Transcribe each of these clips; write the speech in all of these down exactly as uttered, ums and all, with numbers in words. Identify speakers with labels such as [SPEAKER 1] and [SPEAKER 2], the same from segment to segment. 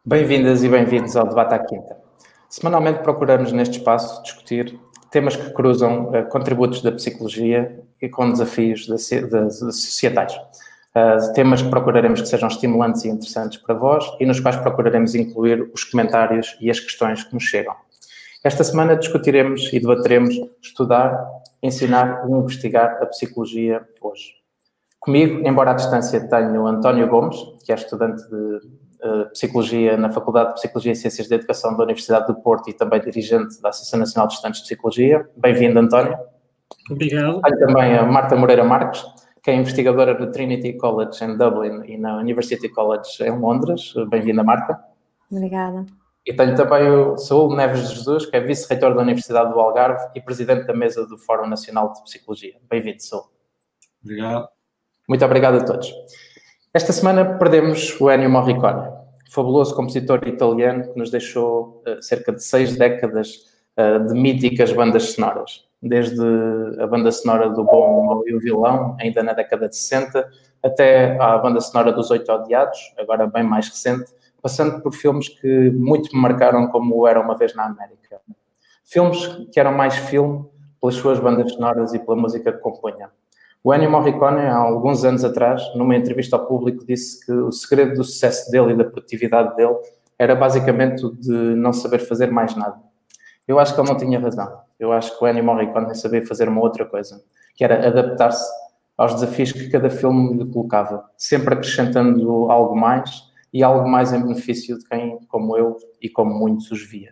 [SPEAKER 1] Bem-vindas e bem-vindos ao Debate à Quinta. Semanalmente procuramos neste espaço discutir temas que cruzam uh, contributos da psicologia e com desafios da, da, da societais. Uh, temas que procuraremos que sejam estimulantes e interessantes para vós e nos quais procuraremos incluir os comentários e as questões que nos chegam. Esta semana discutiremos e debateremos estudar, ensinar e investigar a psicologia hoje. Comigo, embora à distância, tenho António Gomes, que é estudante de uh, Psicologia na Faculdade de Psicologia e Ciências da Educação da Universidade do Porto e também dirigente da Associação Nacional de Estudantes de Psicologia. Bem-vindo, António.
[SPEAKER 2] Obrigado.
[SPEAKER 1] Tenho também a Marta Moreira Marques, que é investigadora no Trinity College em Dublin e na University College em Londres. Bem-vinda, Marta.
[SPEAKER 3] Obrigada.
[SPEAKER 1] E tenho também o Saúl Neves de Jesus, que é vice-reitor da Universidade do Algarve e presidente da mesa do Fórum Nacional de Psicologia. Bem-vindo, Saúl.
[SPEAKER 2] Obrigado.
[SPEAKER 1] Muito obrigado a todos. Esta semana perdemos o Ennio Morricone, fabuloso compositor italiano que nos deixou uh, cerca de seis décadas uh, de míticas bandas sonoras. Desde a banda sonora do Bom, o Mau e o Vilão, ainda na década de sessenta, até à banda sonora dos Oito Odiados, agora bem mais recente, passando por filmes que muito me marcaram como Era Uma Vez na América. Filmes que eram mais filme pelas suas bandas sonoras e pela música que compunham. O Ennio Morricone, há alguns anos atrás, numa entrevista ao público, disse que o segredo do sucesso dele e da produtividade dele era basicamente o de não saber fazer mais nada. Eu acho que ele não tinha razão. Eu acho que o Ennio Morricone sabia fazer uma outra coisa, que era adaptar-se aos desafios que cada filme lhe colocava, sempre acrescentando algo mais e algo mais em benefício de quem, como eu e como muitos, os via.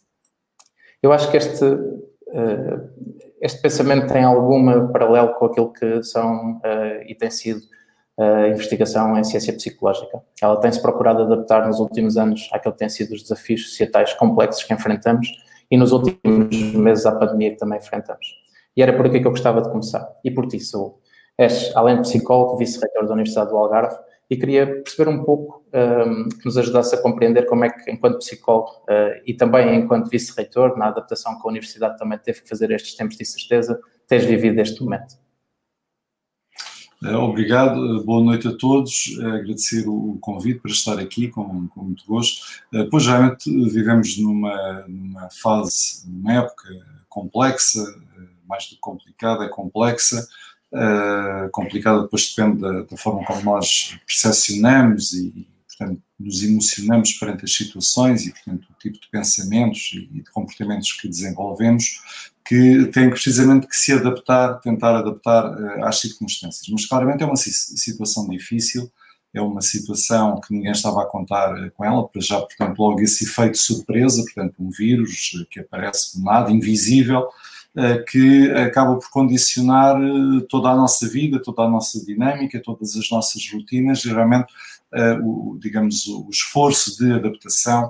[SPEAKER 1] Eu acho que este... Uh, este pensamento tem algum paralelo com aquilo que são uh, e tem sido a investigação em ciência psicológica. Ela tem-se procurado adaptar nos últimos anos àquilo que têm sido os desafios societais complexos que enfrentamos e nos últimos meses à pandemia que também enfrentamos. E era por aqui que eu gostava de começar. E por ti, Saúl. És, além de psicólogo, vice-reitor da Universidade do Algarve, e queria perceber um pouco, um, que nos ajudasse a compreender como é que, enquanto psicólogo uh, e também enquanto vice-reitor, na adaptação que a Universidade também teve que fazer estes tempos de incerteza, tens vivido este momento.
[SPEAKER 2] Obrigado, boa noite a todos, agradecer o convite para estar aqui com, com muito gosto. Pois realmente vivemos numa, numa fase, numa época complexa, mais do que complicada, é complexa, Uh, complicada depois depende da, da forma como nós percepcionamos e, portanto, nos emocionamos perante as situações e, portanto, o tipo de pensamentos e, e de comportamentos que desenvolvemos que têm precisamente que se adaptar, tentar adaptar uh, às circunstâncias. Mas claramente é uma situação difícil, é uma situação que ninguém estava a contar uh, com ela, para já, portanto, logo esse efeito de surpresa, portanto, um vírus uh, que aparece do nada, invisível, que acaba por condicionar toda a nossa vida, toda a nossa dinâmica, todas as nossas rotinas. Geralmente, o, digamos, o esforço de adaptação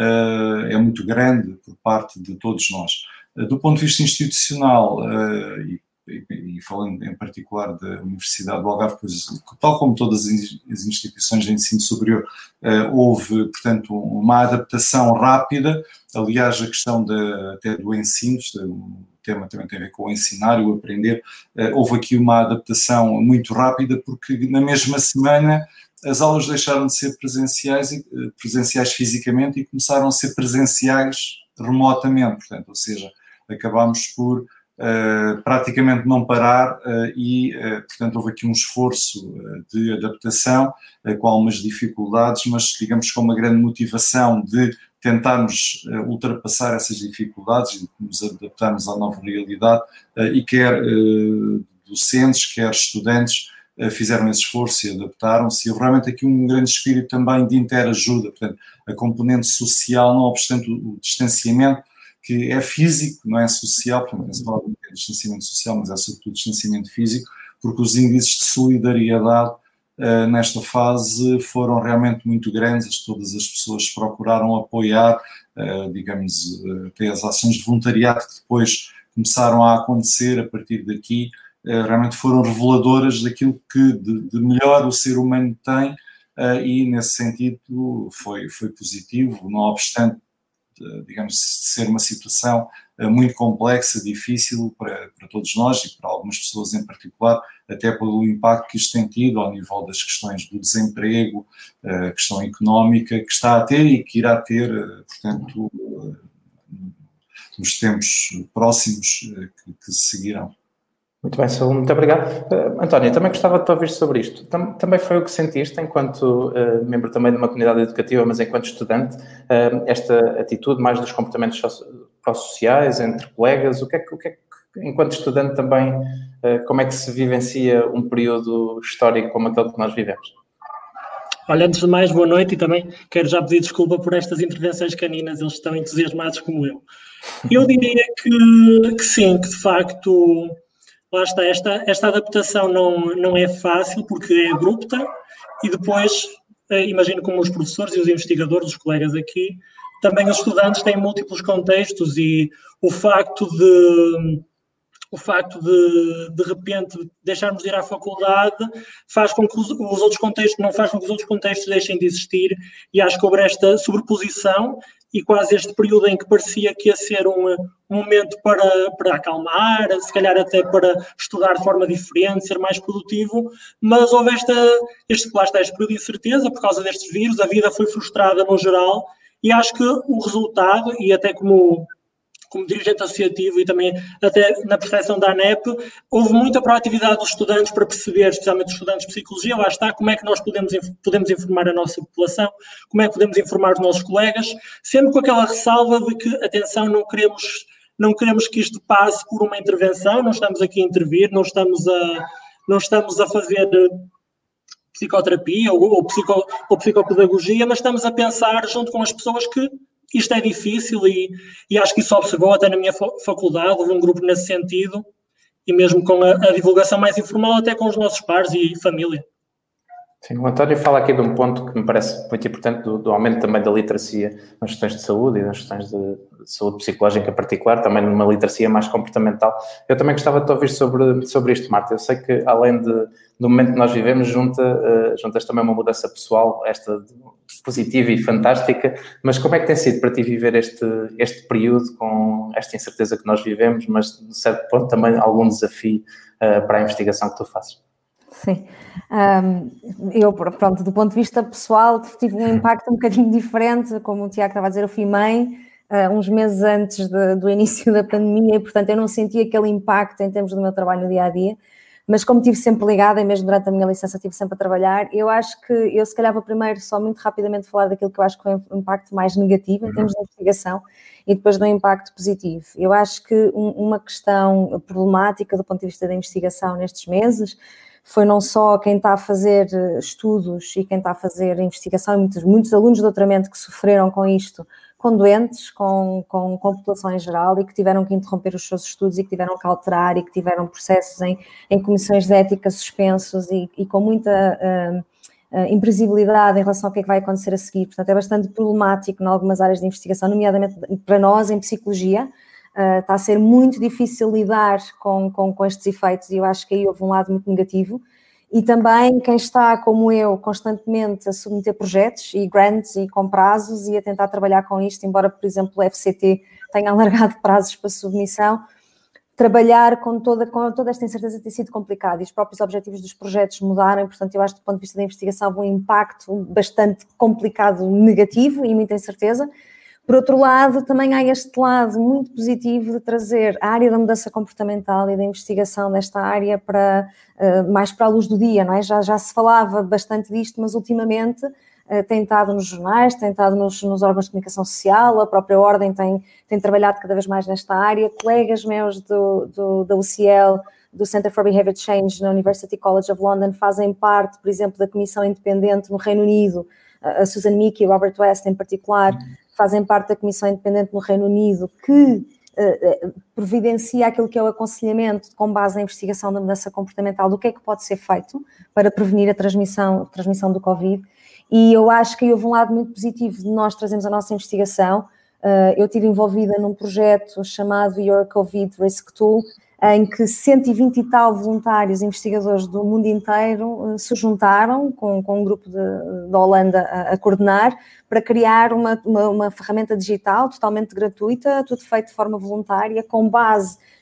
[SPEAKER 2] é muito grande por parte de todos nós. Do ponto de vista institucional, e, e falando em particular da Universidade do Algarve, pois, tal como todas as instituições de ensino superior, houve, portanto, uma adaptação rápida. Aliás, a questão de, até do ensino, o tema também tem a ver com o ensinar e o aprender, houve aqui uma adaptação muito rápida, porque na mesma semana as aulas deixaram de ser presenciais, presenciais fisicamente e começaram a ser presenciais remotamente, portanto, ou seja, acabámos por uh, praticamente não parar uh, e, uh, portanto, houve aqui um esforço uh, de adaptação uh, com algumas dificuldades, mas digamos com uma grande motivação de tentarmos uh, ultrapassar essas dificuldades e nos adaptarmos à nova realidade uh, e quer uh, docentes, quer estudantes uh, fizeram esse esforço e adaptaram-se. E houve realmente aqui um grande espírito também de interajuda, portanto, a componente social, não obstante o, o distanciamento, que é físico, não é social, portanto, não se fala de distanciamento social, mas é sobretudo distanciamento físico, porque os índices de solidariedade Uh, nesta fase foram realmente muito grandes, todas as pessoas procuraram apoiar, uh, digamos, uh, até as ações de voluntariado que depois começaram a acontecer a partir daqui, uh, realmente foram reveladoras daquilo que de, de melhor o ser humano tem uh, e nesse sentido foi, foi positivo, não obstante, uh, digamos, ser uma situação uh, muito complexa, difícil para, para todos nós e para algumas pessoas em particular, até pelo impacto que isto tem tido ao nível das questões do desemprego, a questão económica que está a ter e que irá ter, portanto, nos tempos próximos que, que se seguirão.
[SPEAKER 1] Muito bem, Saúl, muito obrigado. Uh, António, também gostava de te ouvir sobre isto. Tam, também foi o que sentiste enquanto uh, membro também de uma comunidade educativa, mas enquanto estudante, uh, esta atitude mais dos comportamentos pró-sociais entre colegas, o que é que, o que, é que enquanto estudante também, uh, como é que se vivencia um período histórico como aquele que nós vivemos?
[SPEAKER 3] Olha, antes de mais, boa noite e também quero já pedir desculpa por estas intervenções caninas, eles estão entusiasmados como eu. Eu diria que, que sim, que de facto... Lá está, esta, esta adaptação não, não é fácil porque é abrupta e depois, imagino como os professores e os investigadores, os colegas aqui, também os estudantes têm múltiplos contextos e o facto de, o facto de, de repente, deixarmos de ir à faculdade faz com que os, os outros contextos, não faz com que os outros contextos deixem de existir e acho que houve esta sobreposição e quase este período em que parecia que ia ser um, um momento para, para acalmar, se calhar até para estudar de forma diferente, ser mais produtivo, mas houve esta, este, lá está, este período de incerteza por causa destes vírus, a vida foi frustrada no geral e acho que o resultado, e até como... como dirigente associativo e também até na percepção da ANEP, houve muita proatividade dos estudantes para perceber, especialmente os estudantes de psicologia, lá está, como é que nós podemos, podemos informar a nossa população, como é que podemos informar os nossos colegas, sempre com aquela ressalva de que, atenção, não queremos, não queremos que isto passe por uma intervenção, não estamos aqui a intervir, não estamos a, não estamos a fazer psicoterapia ou, ou, psico, ou psicopedagogia, mas estamos a pensar junto com as pessoas que isto é difícil e, e acho que isso observou até na minha faculdade, houve um grupo nesse sentido e mesmo com a, a divulgação mais informal até com os nossos pares e família.
[SPEAKER 1] Sim, o António fala aqui de um ponto que me parece muito importante, do, do aumento também da literacia nas questões de saúde e nas questões de, de saúde psicológica em particular, também numa literacia mais comportamental. Eu também gostava de te ouvir sobre, sobre isto, Marta. Eu sei que, além de, do momento que nós vivemos, junta, uh, juntas também uma mudança pessoal, esta positiva e fantástica, mas como é que tem sido para ti viver este, este período com esta incerteza que nós vivemos, mas, de certo ponto, também algum desafio uh, para a investigação que tu fazes?
[SPEAKER 4] Sim, um, eu, pronto, do ponto de vista pessoal, tive um impacto um bocadinho diferente, como o Tiago estava a dizer, eu fui mãe uh, uns meses antes de, do início da pandemia e, portanto, eu não senti aquele impacto em termos do meu trabalho no dia-a-dia, mas como estive sempre ligada, e mesmo durante a minha licença estive sempre a trabalhar, eu acho que, eu se calhar vou primeiro só muito rapidamente falar daquilo que eu acho que foi um impacto mais negativo em termos de investigação e depois do impacto positivo. Eu acho que um, uma questão problemática do ponto de vista da investigação nestes meses foi não só quem está a fazer estudos e quem está a fazer investigação, e muitos, muitos alunos de doutoramento que sofreram com isto, com doentes, com, com, com a população em geral e que tiveram que interromper os seus estudos e que tiveram que alterar e que tiveram processos em, em comissões de ética suspensos e, e com muita uh, uh, imprevisibilidade em relação ao que é que vai acontecer a seguir. Portanto, é bastante problemático em algumas áreas de investigação, nomeadamente para nós em psicologia. Uh, está a ser muito difícil lidar com, com, com estes efeitos e eu acho que aí houve um lado muito negativo. E também quem está, como eu, constantemente a submeter projetos e grants e com prazos e a tentar trabalhar com isto, embora, por exemplo, o F C T tenha alargado prazos para submissão, trabalhar com toda, com toda esta incerteza tem sido complicado e os próprios objetivos dos projetos mudaram, portanto eu acho que do ponto de vista da investigação houve um impacto bastante complicado, negativo e muita incerteza. Por outro lado, também há este lado muito positivo de trazer a área da mudança comportamental e da investigação desta área para, uh, mais para a luz do dia, não é? Já, já se falava bastante disto, mas ultimamente uh, tem estado nos jornais, tem estado nos, nos órgãos de comunicação social, a própria Ordem tem, tem trabalhado cada vez mais nesta área, colegas meus do, do, da U C L, do Center for Behavior Change na University College of London fazem parte, por exemplo, da comissão independente no Reino Unido, a Susan Mickey e o Robert West em particular, fazem parte da Comissão Independente no Reino Unido, que uh, providencia aquilo que é o aconselhamento com base na investigação da mudança comportamental do que é que pode ser feito para prevenir a transmissão, a transmissão do Covid. E eu acho que houve um lado muito positivo de nós trazermos a nossa investigação. Uh, eu estive envolvida num projeto chamado Your COVID Risk Tool, em que cento e vinte e tal voluntários investigadores do mundo inteiro se juntaram com, com um grupo de, da Holanda a, a coordenar para criar uma, uma, uma ferramenta digital totalmente gratuita, tudo feito de forma voluntária, com base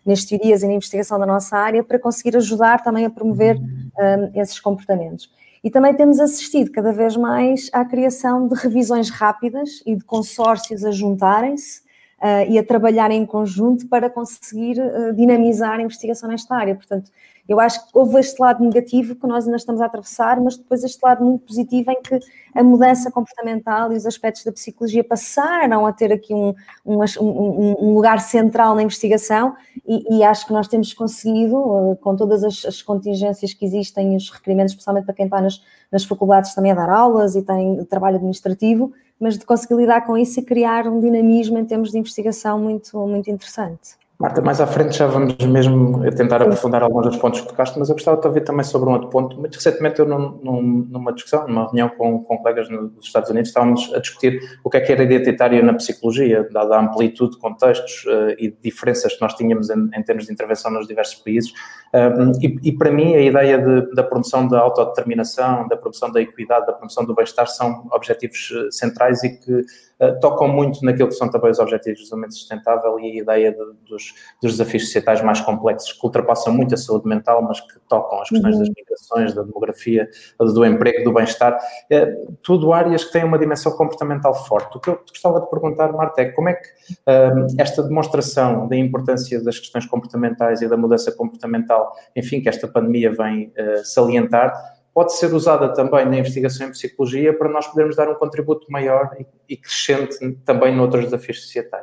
[SPEAKER 4] nas teorias e na investigação da nossa área para conseguir ajudar também a promover um, esses comportamentos. E também temos assistido cada vez mais à criação de revisões rápidas e de consórcios a juntarem-se uh, e a trabalharem em conjunto para conseguir uh, dinamizar a investigação nesta área. Portanto, eu acho que houve este lado negativo que nós ainda estamos a atravessar, mas depois este lado muito positivo em que a mudança comportamental e os aspectos da psicologia passaram a ter aqui um, um, um, um lugar central na investigação e, e acho que nós temos conseguido, com todas as, as contingências que existem e os requerimentos, especialmente para quem está nas, nas faculdades também a dar aulas e tem trabalho administrativo, mas de conseguir lidar com isso e criar um dinamismo em termos de investigação muito, muito interessante.
[SPEAKER 1] Marta, mais à frente já vamos mesmo tentar aprofundar alguns dos pontos que tocaste, mas eu gostava de ouvir também sobre um outro ponto. Muito recentemente eu num, num, numa discussão, numa reunião com, com colegas nos Estados Unidos, estávamos a discutir o que é que era identitário na psicologia, dada a amplitude de contextos uh, e diferenças que nós tínhamos em, em termos de intervenção nos diversos países. Um, e, e para mim a ideia de, da promoção da autodeterminação, da promoção da equidade, da promoção do bem-estar são objetivos uh, centrais e que uh, tocam muito naquilo que são também os objetivos do desenvolvimento sustentável e a ideia de, dos, dos desafios societais mais complexos que ultrapassam muito a saúde mental, mas que tocam as questões uhum. das migrações, da demografia, do emprego, do bem-estar, uh, tudo áreas que têm uma dimensão comportamental forte. O que eu gostava de perguntar, Marta, é como é que uh, esta demonstração da importância das questões comportamentais e da mudança comportamental, enfim, que esta pandemia vem uh, salientar, pode ser usada também na investigação em psicologia para nós podermos dar um contributo maior e, e crescente também noutros desafios societais?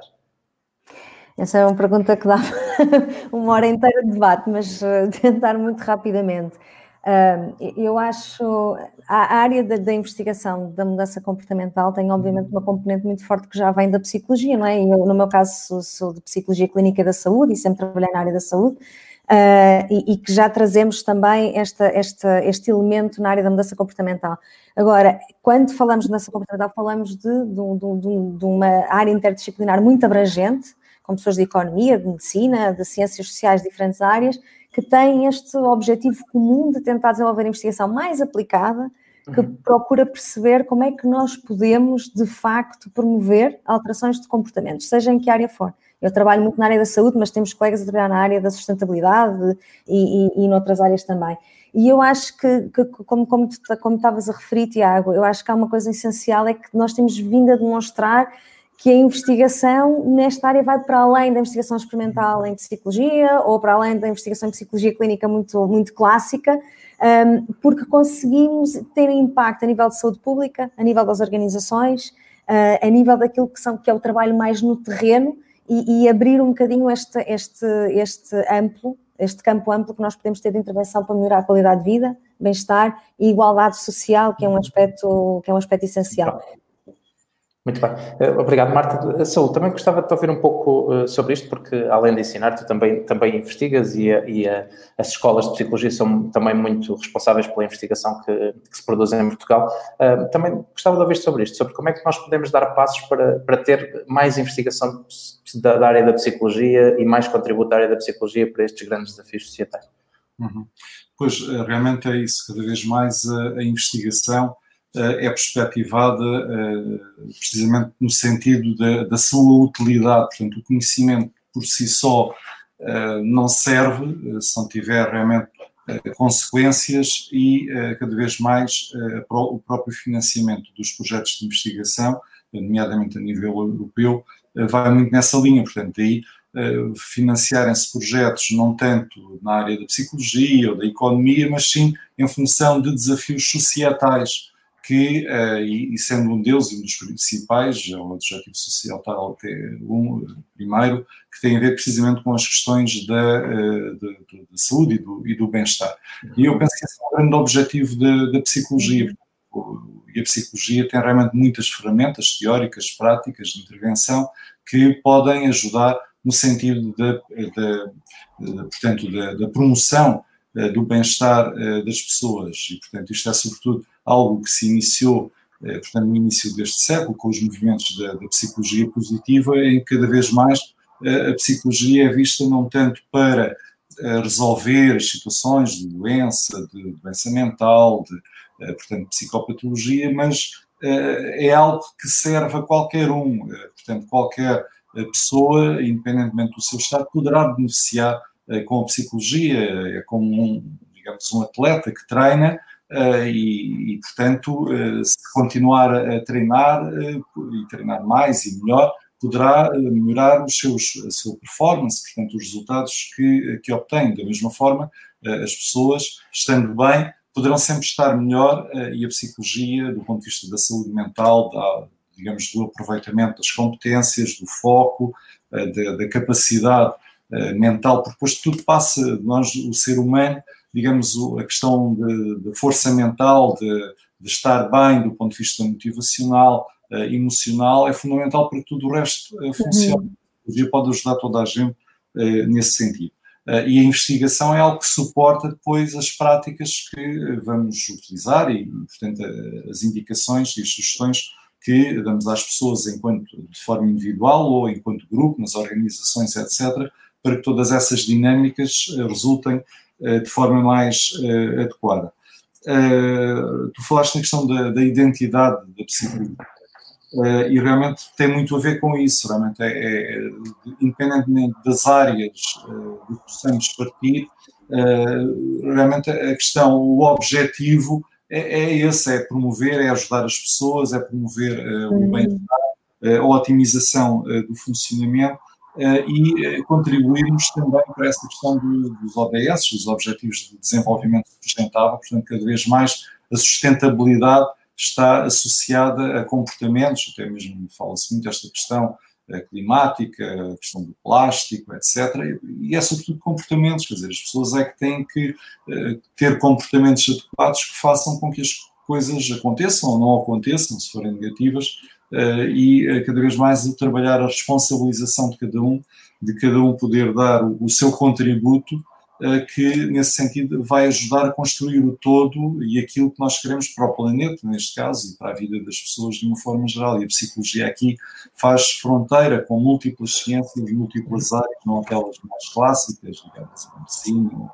[SPEAKER 4] Essa é uma pergunta que dá uma hora inteira de debate, mas uh, tentar muito rapidamente. Uh, eu acho a área da, da investigação da mudança comportamental tem obviamente uma componente muito forte que já vem da psicologia, não é? Eu, no meu caso, sou, sou de psicologia clínica da saúde e sempre trabalhei na área da saúde. Uh, e, e que já trazemos também esta, esta, este elemento na área da mudança comportamental. Agora, quando falamos de mudança comportamental, falamos de, de, de, de uma área interdisciplinar muito abrangente, com pessoas de economia, de medicina, de ciências sociais de diferentes áreas, que têm este objetivo comum de tentar desenvolver a investigação mais aplicada, que procura perceber como é que nós podemos, de facto, promover alterações de comportamentos, seja em que área for. Eu trabalho muito na área da saúde, mas temos colegas a trabalhar na área da sustentabilidade e, e, e noutras áreas também. E eu acho que, que como, como, como estavas a referir, Tiago, eu acho que há uma coisa essencial, é que nós temos vindo a demonstrar que a investigação nesta área vai para além da investigação experimental em psicologia ou para além da investigação em psicologia clínica muito, muito clássica, um, porque conseguimos ter impacto a nível de saúde pública, a nível das organizações, uh, a nível daquilo que, são, que é o trabalho mais no terreno e, e abrir um bocadinho este, este, este amplo, este campo amplo que nós podemos ter de intervenção para melhorar a qualidade de vida, bem-estar e igualdade social, que é um aspecto, que é um aspecto essencial.
[SPEAKER 1] Muito bem. Obrigado, Marta. Saúl, também gostava de te ouvir um pouco sobre isto, porque além de ensinar, tu também, também investigas e, a, e a, as escolas de psicologia são também muito responsáveis pela investigação que, que se produz em Portugal. Uh, também gostava de ouvir sobre isto, sobre como é que nós podemos dar passos para, para ter mais investigação da, da área da psicologia e mais contributo da área da psicologia para estes grandes desafios societais.
[SPEAKER 2] Uhum. Pois, realmente é isso. Cada vez mais a, a investigação é perspectivada precisamente no sentido da, da sua utilidade. Portanto, o conhecimento por si só não serve se não tiver realmente consequências e cada vez mais o próprio financiamento dos projetos de investigação, nomeadamente a nível europeu, vai muito nessa linha. Portanto, aí financiarem-se projetos não tanto na área da psicologia ou da economia, mas sim em função de desafios societais, que, uh, e, e sendo um deles, um dos principais, o objetivo social tal, que é um primeiro, que tem a ver precisamente com as questões da, uh, de, de, de saúde e do, e do bem-estar. E eu penso que esse é um grande objetivo da, da psicologia. E a psicologia tem realmente muitas ferramentas teóricas, práticas de intervenção que podem ajudar no sentido da, da, da, portanto, da, da promoção uh, do bem-estar uh, das pessoas. E, portanto, isto é sobretudo algo que se iniciou, portanto, no início deste século, com os movimentos da, da psicologia positiva, em que cada vez mais a psicologia é vista não tanto para resolver as situações de doença, de doença mental, de, portanto, psicopatologia, mas é algo que serve a qualquer um, portanto, qualquer a pessoa, independentemente do seu estado, poderá beneficiar com a psicologia. É como um, digamos, um atleta que treina e, e, portanto, se continuar a treinar e treinar mais e melhor, poderá melhorar os seus, a sua performance, portanto, os resultados que, que obtém. Da mesma forma, as pessoas, estando bem, poderão sempre estar melhor e a psicologia, do ponto de vista da saúde mental, da, digamos, do aproveitamento das competências, do foco, da, da capacidade mental, porque depois tudo passa, nós, o ser humano, digamos, a questão de, de força mental, de, de estar bem do ponto de vista motivacional, Uh, emocional, é fundamental para que tudo o resto uh, funcione. Uhum. A psicologia pode ajudar toda a gente uh, nesse sentido. Uh, e a investigação é algo que suporta depois as práticas que vamos utilizar e, portanto, uh, as indicações e as sugestões que damos às pessoas enquanto de forma individual ou enquanto grupo, nas organizações, etcétera, para que todas essas dinâmicas uh, resultem uh, de forma mais uh, adequada. Uh, tu falaste na questão da, da identidade da psicologia. Uh, e realmente tem muito a ver com isso, realmente é, é, é independentemente das áreas uh, de que possamos partir, uh, realmente a questão, o objetivo é, é esse, é promover, é ajudar as pessoas, é promover uh, o bem-estar, uh, a otimização uh, do funcionamento uh, e uh, contribuirmos também para essa questão do, dos O D S, os Objetivos de Desenvolvimento Sustentável, portanto cada vez mais a sustentabilidade está associada a comportamentos, até mesmo fala-se muito desta questão climática, a questão do plástico, etcétera. E é sobretudo comportamentos, quer dizer, as pessoas é que têm que uh, ter comportamentos adequados que façam com que as coisas aconteçam ou não aconteçam, se forem negativas, uh, e uh, cada vez mais o trabalhar a responsabilização de cada um, de cada um poder dar o, o seu contributo, que, nesse sentido, vai ajudar a construir o todo e aquilo que nós queremos para o planeta, neste caso, e para a vida das pessoas de uma forma geral. E a psicologia aqui faz fronteira com múltiplas ciências, múltiplas áreas, não aquelas mais clássicas, ligadas à medicina,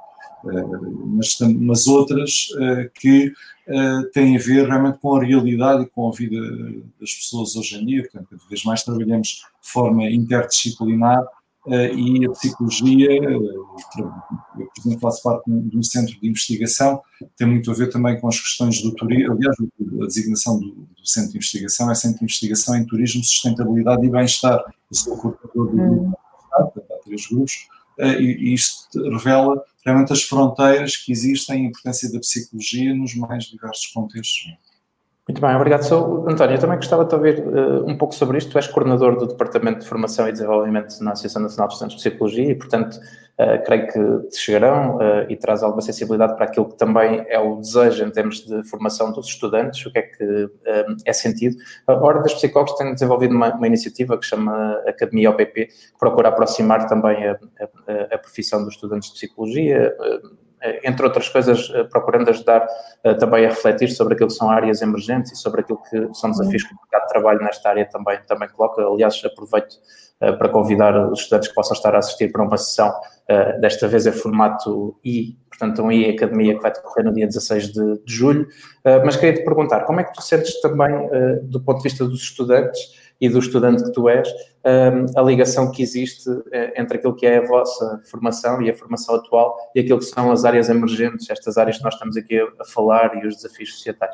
[SPEAKER 2] mas, mas outras que têm a ver realmente com a realidade e com a vida das pessoas hoje em dia. Portanto, cada vez mais trabalhamos de forma interdisciplinar. Uh, e a psicologia, uh, eu, por exemplo, faço parte de um centro de investigação, tem muito a ver também com as questões do turismo. Aliás, a designação do, do centro de investigação é Centro de Investigação em Turismo, Sustentabilidade e Bem-Estar. Eu sou o coordenador do grupo, portanto, há três grupos, uh, e, e isto revela realmente as fronteiras que existem e a importância da psicologia nos mais diversos contextos.
[SPEAKER 1] Muito bem, obrigado. Sou, António, eu também gostava de ouvir uh, um pouco sobre isto. Tu és coordenador do Departamento de Formação e Desenvolvimento na Associação Nacional de Estudantes de Psicologia e, portanto, uh, creio que te chegarão uh, e traz alguma sensibilidade para aquilo que também é o desejo em termos de formação dos estudantes, o que é que uh, é sentido. A Ordem dos Psicólogos tem desenvolvido uma, uma iniciativa que chama Academia O P P, que procura aproximar também a, a, a profissão dos estudantes de Psicologia, uh, entre outras coisas, procurando ajudar uh, também a refletir sobre aquilo que são áreas emergentes e sobre aquilo que são desafios que o mercado de trabalho nesta área também, também coloca. Aliás, aproveito uh, para convidar os estudantes que possam estar a assistir para uma sessão, uh, desta vez é formato I, portanto um I Academia que vai decorrer no dia dezasseis de julho, uh, mas queria-te perguntar, como é que tu sentes também, uh, do ponto de vista dos estudantes e do estudante que tu és, a ligação que existe entre aquilo que é a vossa formação e a formação atual e aquilo que são as áreas emergentes, estas áreas que nós estamos aqui a falar e os desafios societais?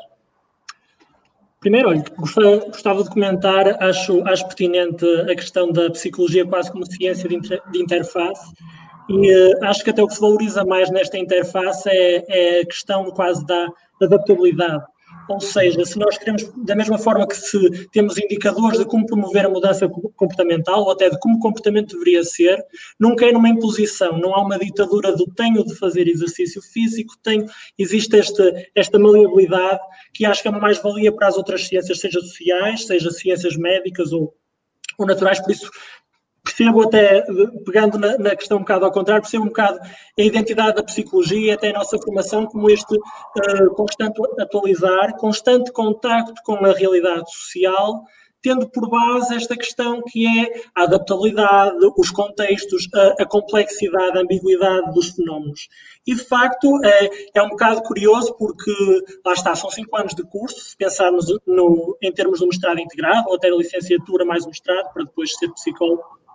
[SPEAKER 3] Primeiro, olha, gostava de comentar, acho, acho pertinente a questão da psicologia quase como ciência de, inter, de interface e uh, acho que até o que se valoriza mais nesta interface é, é a questão quase da adaptabilidade. Ou seja, se nós queremos, da mesma forma que se temos indicadores de como promover a mudança comportamental, ou até de como o comportamento deveria ser, nunca é numa imposição, não há uma ditadura do tenho de fazer exercício físico, tenho, existe esta, esta maleabilidade que acho que é uma mais-valia para as outras ciências, seja sociais, seja ciências médicas ou, ou naturais, por isso percebo até, pegando na, na questão um bocado ao contrário, percebo um bocado a identidade da psicologia, até a nossa formação, como este uh, constante atualizar, constante contacto com a realidade social, tendo por base esta questão que é a adaptabilidade, os contextos, a, a complexidade, a ambiguidade dos fenómenos. E, de facto, é, é um bocado curioso porque, lá está, são cinco anos de curso, se pensarmos no, em termos de um mestrado integrado, ou até a licenciatura mais um mestrado, para depois ser psicólogo,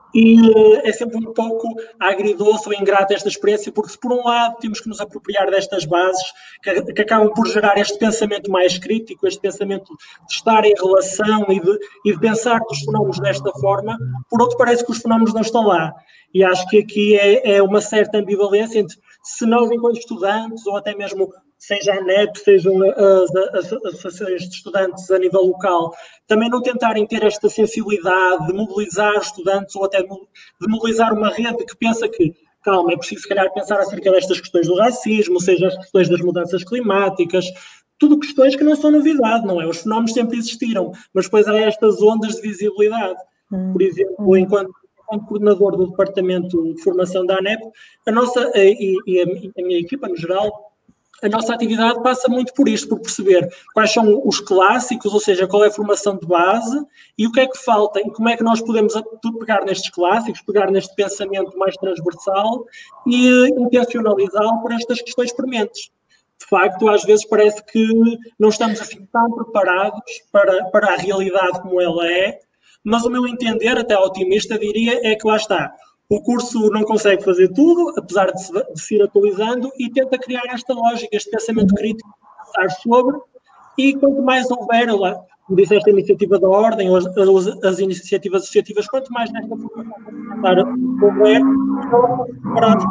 [SPEAKER 3] E é sempre um pouco agridoce ou ingrata esta experiência, porque se por um lado temos que nos apropriar destas bases que, que acabam por gerar este pensamento mais crítico, este pensamento de estar em relação e de, e de pensar os fenómenos desta forma, por outro parece que os fenómenos não estão lá. E acho que aqui é, é uma certa ambivalência entre se nós, enquanto estudantes, ou até mesmo seja a N E P, sejam as, as, as associações de estudantes a nível local, também não tentarem ter esta sensibilidade de mobilizar estudantes ou até de mobilizar uma rede que pensa que, calma, é preciso se calhar pensar acerca destas questões do racismo, seja as questões das mudanças climáticas, tudo questões que não são novidade, não é? Os fenómenos sempre existiram, mas depois há estas ondas de visibilidade. Por exemplo, enquanto como coordenador do Departamento de Formação da A N E P, a nossa, e, e a, a minha equipa no geral, a nossa atividade passa muito por isto, por perceber quais são os clássicos, ou seja, qual é a formação de base e o que é que falta e como é que nós podemos pegar nestes clássicos, pegar neste pensamento mais transversal e intencionalizá-lo para estas questões prementes. De facto, às vezes parece que não estamos assim tão preparados para, para a realidade como ela é, mas o meu entender, até otimista, diria, é que lá está. O curso não consegue fazer tudo, apesar de se, de se ir atualizando, e tenta criar esta lógica, este pensamento crítico, pensar sobre, e quanto mais houver, lá, como disse esta iniciativa da Ordem, ou as, as, as iniciativas associativas, quanto mais nesta formação houver, nós estamos preparados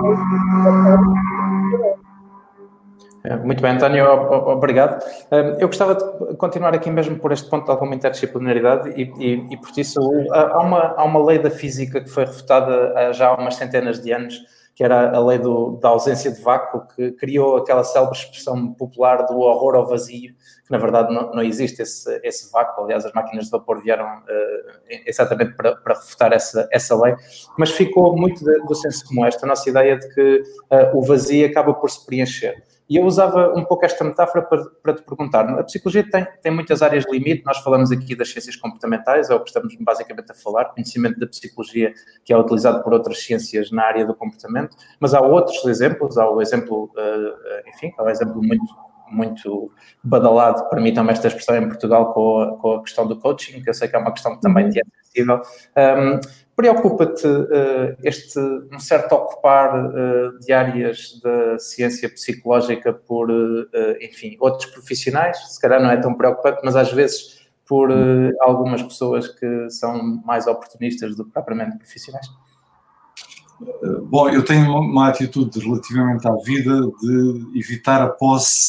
[SPEAKER 3] para
[SPEAKER 1] Muito bem, António, obrigado. Eu gostava de continuar aqui mesmo por este ponto de alguma interdisciplinaridade e, e, e por isso há uma, há uma lei da física que foi refutada já há umas centenas de anos, que era a lei do, da ausência de vácuo, que criou aquela célebre expressão popular do horror ao vazio, que na verdade não, não existe esse, esse vácuo. Aliás, as máquinas de vapor vieram uh, exatamente para, para refutar essa, essa lei, mas ficou muito de, do senso comum esta nossa ideia de que uh, o vazio acaba por se preencher. E eu usava um pouco esta metáfora para, para te perguntar, a psicologia tem, tem muitas áreas de limite, nós falamos aqui das ciências comportamentais, é o que estamos basicamente a falar, conhecimento da psicologia que é utilizado por outras ciências na área do comportamento, mas há outros exemplos, há o exemplo, enfim, há um exemplo muito, muito badalado, permitam-me esta expressão, em Portugal, com a, com a questão do coaching, que eu sei que é uma questão que também te é sensível. Um, Preocupa-te uh, este, um certo ocupar uh, de áreas da ciência psicológica por, uh, enfim, outros profissionais? Se calhar não é tão preocupante, mas às vezes por uh, algumas pessoas que são mais oportunistas do que propriamente profissionais?
[SPEAKER 2] Bom, eu tenho uma atitude relativamente à vida de evitar a posse,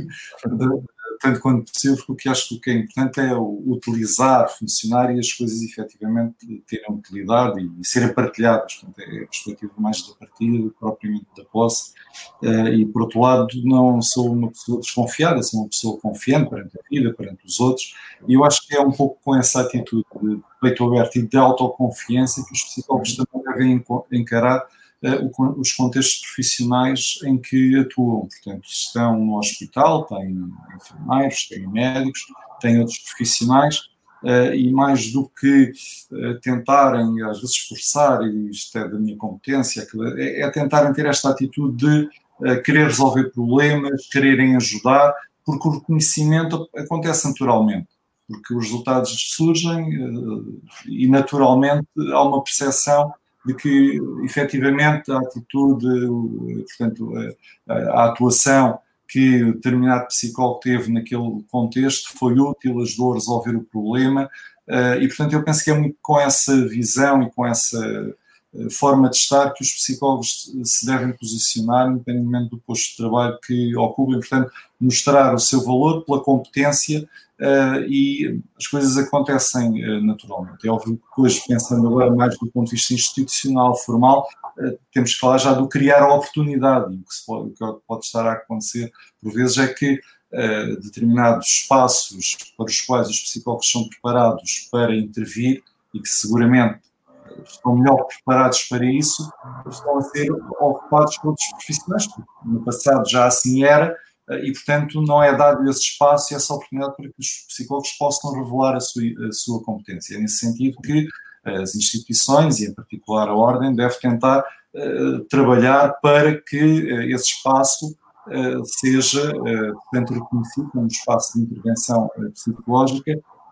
[SPEAKER 2] de, tanto quanto possível, porque o que acho que o que é importante é utilizar, funcionar e as coisas efetivamente terem utilidade e, e serem partilhadas. Portanto, é a perspectiva mais da partida do que propriamente da posse. Uh, e, por outro lado, não sou uma pessoa desconfiada, sou uma pessoa confiante perante a vida, perante os outros, e eu acho que é um pouco com essa atitude de peito aberto e de autoconfiança que os psicólogos também devem encarar uh, os contextos profissionais em que atuam. Portanto, estão no hospital, têm enfermeiros, têm médicos, têm outros profissionais, uh, e mais do que uh, tentarem, às vezes, esforçar, e isto é da minha competência, é, é tentarem ter esta atitude de uh, querer resolver problemas, quererem ajudar, porque o reconhecimento acontece naturalmente. Porque os resultados surgem uh, e, naturalmente, há uma percepção de que, efetivamente, a atitude, uh, portanto, a, a atuação que determinado psicólogo teve naquele contexto foi útil, ajudou a resolver o problema, uh, e, portanto, eu penso que é muito com essa visão e com essa uh, forma de estar que os psicólogos se devem posicionar, independentemente do posto de trabalho que ocupem, portanto, mostrar o seu valor pela competência. Uh, e as coisas acontecem uh, naturalmente. É óbvio que hoje, pensando agora mais do ponto de vista institucional, formal, uh, temos que falar já do criar a oportunidade. E o que, se pode, o que pode estar a acontecer, por vezes, é que uh, determinados espaços para os quais os psicólogos são preparados para intervir e que seguramente estão melhor preparados para isso, estão a ser ocupados por outros profissionais, porque no passado já assim era, e, portanto, não é dado esse espaço e essa oportunidade para que os psicólogos possam revelar a sua, a sua competência. É nesse sentido que as instituições, e em particular a Ordem, deve tentar uh, trabalhar para que uh, esse espaço uh, seja, uh, portanto, reconhecido como um espaço de intervenção uh, psicológica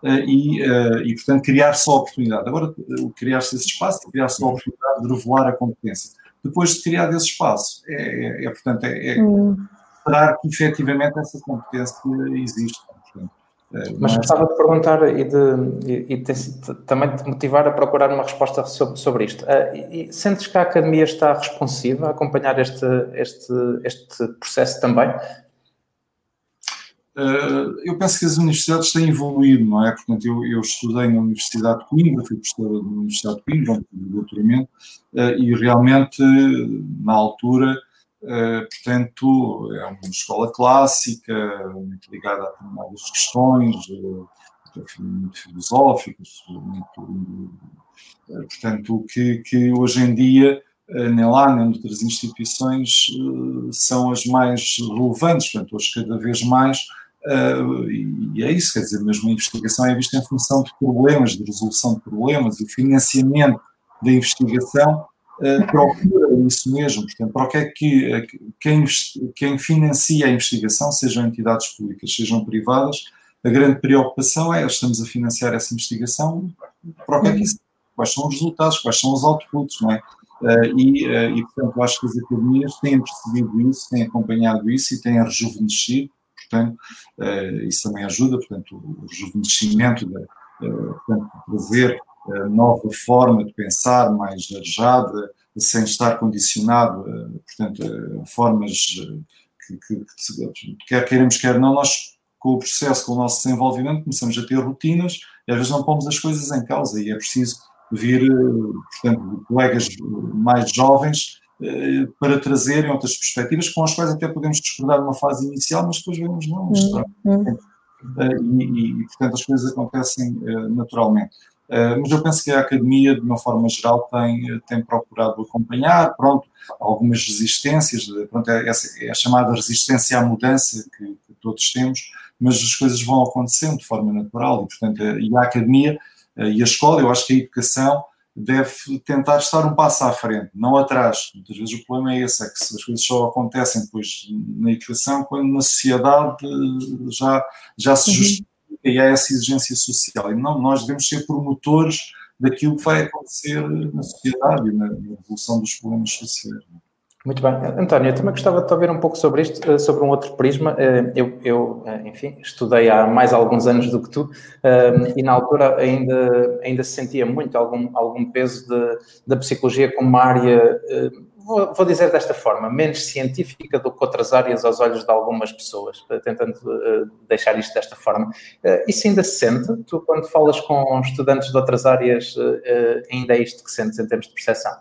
[SPEAKER 2] e, e, portanto, criar-se a oportunidade. Agora, criar-se esse espaço, criar-se a oportunidade de revelar a competência. Depois de criar esse espaço, é, é, é portanto, é, é esperar que efetivamente essa competência existe. Portanto,
[SPEAKER 1] mas gostava de perguntar e, de, e, e de, também de motivar a procurar uma resposta sobre, sobre isto. E, e sentes que a Academia está responsiva a acompanhar este, este, este processo também?
[SPEAKER 2] Uh, eu penso que as universidades têm evoluído, não é? Portanto, eu, eu estudei na Universidade de Coimbra, fui professor da Universidade de Coimbra, um doutoramento, uh, e realmente, na altura, uh, portanto, é uma escola clássica, muito ligada a determinadas questões, uh, muito filosóficas, muito, uh, portanto, que, que hoje em dia, nem lá, nem outras instituições, uh, são as mais relevantes, portanto, hoje cada vez mais. Uh, e é isso, quer dizer, mesmo a investigação é vista em função de problemas, de resolução de problemas, e o financiamento da investigação uh, procura isso mesmo. Portanto, para o que é que uh, quem, quem financia a investigação, sejam entidades públicas, sejam privadas, a grande preocupação é: estamos a financiar essa investigação, para o que é que isso, quais são os resultados, quais são os outputs, não é? Uh, e, uh, e, portanto, eu acho que as academias têm percebido isso, têm acompanhado isso e têm rejuvenescido. Portanto, uh, isso também ajuda, portanto, o rejuvenescimento, de, uh, portanto, trazer uh, nova forma de pensar, mais arejada, sem estar condicionado, uh, portanto, uh, formas uh, que, que, que, quer queiramos, quer não, nós, com o processo, com o nosso desenvolvimento, começamos a ter rotinas e às vezes não pomos as coisas em causa, e é preciso vir, uh, portanto, colegas mais jovens para trazerem outras perspectivas com as quais até podemos discordar numa fase inicial, mas depois vemos, não, isto uhum. e, e, e, portanto, as coisas acontecem uh, naturalmente. Uh, mas eu penso que a Academia, de uma forma geral, tem, tem procurado acompanhar, pronto, algumas resistências, pronto, é, é a chamada resistência à mudança que, que todos temos, mas as coisas vão acontecendo de forma natural, e, portanto, a, e a Academia uh, e a escola, eu acho que a educação deve tentar estar um passo à frente, não atrás. Muitas vezes o problema é esse, é que as coisas só acontecem depois na educação quando na sociedade já, já se justifica e há essa exigência social. E não, nós devemos ser promotores daquilo que vai acontecer na sociedade e na, na resolução dos problemas sociais.
[SPEAKER 1] Muito bem. António, eu também gostava de ouvir um pouco sobre isto, sobre um outro prisma. Eu, eu, enfim, estudei há mais alguns anos do que tu e na altura ainda, ainda se sentia muito algum, algum peso de, da psicologia como uma área, vou, vou dizer desta forma, menos científica do que outras áreas aos olhos de algumas pessoas, tentando deixar isto desta forma. Isso ainda se sente? Tu, quando falas com estudantes de outras áreas, ainda é isto que sentes em termos de percepção?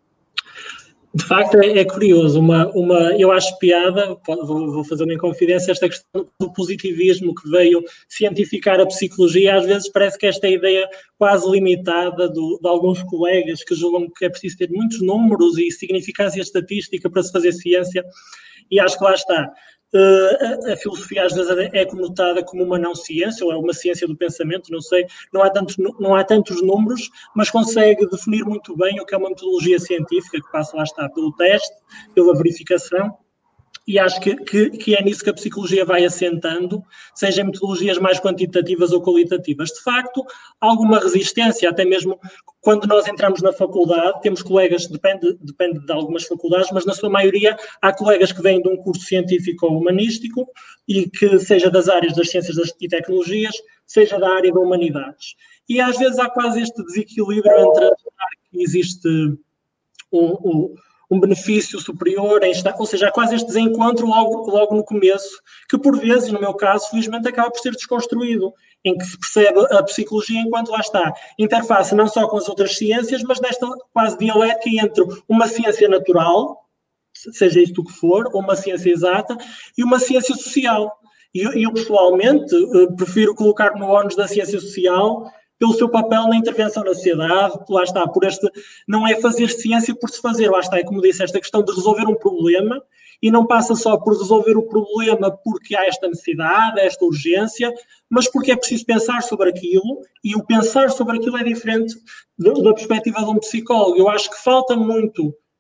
[SPEAKER 3] De facto, é, é curioso, uma, uma, eu acho piada, vou, vou fazer uma inconfidência, esta questão do positivismo que veio cientificar a psicologia. Às vezes parece que esta ideia quase limitada do, de alguns colegas que julgam que é preciso ter muitos números e significância estatística para se fazer ciência, e acho que lá está. Uh, a, a filosofia às vezes é conotada como uma não ciência, ou é uma ciência do pensamento, não sei, não há, tantos, não há tantos números, mas consegue definir muito bem o que é uma metodologia científica, que passa, lá está, pelo teste, pela verificação, e acho que, que, que é nisso que a psicologia vai assentando, seja em metodologias mais quantitativas ou qualitativas. De facto, há alguma resistência, até mesmo quando nós entramos na faculdade, temos colegas, depende, depende de algumas faculdades, mas na sua maioria há colegas que vêm de um curso científico ou humanístico e que seja das áreas das ciências e tecnologias, seja da área de humanidades. E às vezes há quase este desequilíbrio entre achar que existe um... um um benefício superior, ou seja, há quase este desencontro logo, logo no começo, que por vezes, e no meu caso, felizmente acaba por ser desconstruído, em que se percebe a psicologia enquanto lá está, interface não só com as outras ciências, mas nesta quase dialética entre uma ciência natural, seja isto o que for, ou uma ciência exata, e uma ciência social. E eu, eu pessoalmente, prefiro colocar-me no ónus da ciência social pelo seu papel na intervenção na sociedade, lá está, por este, não é fazer ciência por se fazer, lá está, é como disse, esta questão de resolver um problema, e não passa só por resolver o problema porque há esta necessidade, esta urgência, mas porque é preciso pensar sobre aquilo, e o pensar sobre aquilo é diferente da perspectiva de um psicólogo. Eu acho que falta muito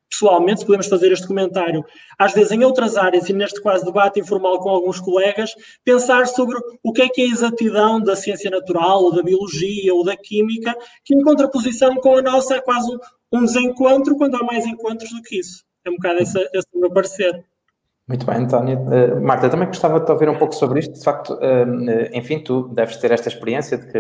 [SPEAKER 3] pessoalmente, se podemos fazer este comentário, às vezes em outras áreas e neste quase debate informal com alguns colegas, pensar sobre o que é que é a exatidão da ciência natural, ou da biologia, ou da química, que em contraposição com a nossa é quase um desencontro, quando há mais encontros do que isso. É um bocado esse, esse o meu parecer.
[SPEAKER 1] Muito bem, António. Uh, Marta, também gostava de ouvir um pouco sobre isto. De facto, uh, enfim, tu deves ter esta experiência de que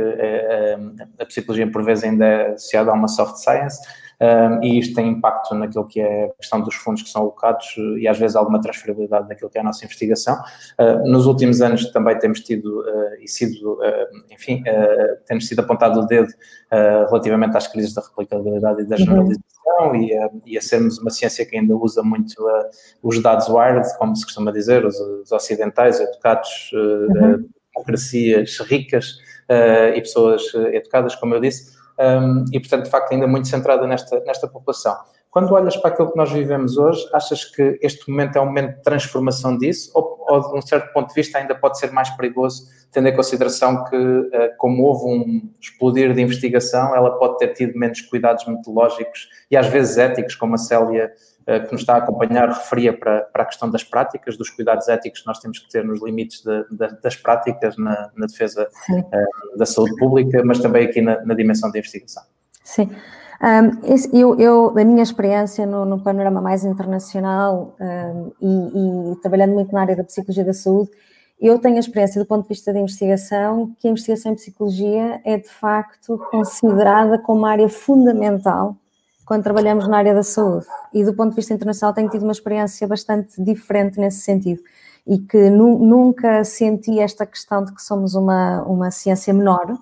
[SPEAKER 1] uh, a psicologia, por vezes, ainda é associada a uma soft science, uh, e isto tem impacto naquilo que é a questão dos fundos que são alocados uh, e, às vezes, alguma transferibilidade naquilo que é a nossa investigação. Uh, nos últimos anos também temos tido uh, e sido, uh, enfim, uh, temos sido apontado o dedo uh, relativamente às crises da replicabilidade e da generalização, uhum. e, a, e a sermos uma ciência que ainda usa muito uh, os dados wired, como se costuma dizer, os, os ocidentais, educados, uhum. democracias ricas uh, e pessoas educadas, como eu disse, um, e, portanto, de facto, ainda muito centrada nesta, nesta população. Quando olhas para aquilo que nós vivemos hoje, achas que este momento é um momento de transformação disso, ou, ou de um certo ponto de vista ainda pode ser mais perigoso, tendo em consideração que, uh, como houve um explodir de investigação, ela pode ter tido menos cuidados metodológicos e às vezes éticos, como a Célia, uh, que nos está a acompanhar, referia para, para a questão das práticas, dos cuidados éticos que nós temos que ter nos limites de, de, das práticas na, na defesa uh, da saúde pública, mas também aqui na, na dimensão da investigação.
[SPEAKER 4] Sim. Um, esse, eu, eu, da minha experiência no, no panorama mais internacional um, e, e trabalhando muito na área da psicologia da saúde, eu tenho a experiência do ponto de vista da investigação, que a investigação em psicologia é de facto considerada como uma área fundamental quando trabalhamos na área da saúde. E do ponto de vista internacional tenho tido uma experiência bastante diferente nesse sentido. E que nu, nunca senti esta questão de que somos uma, uma ciência menor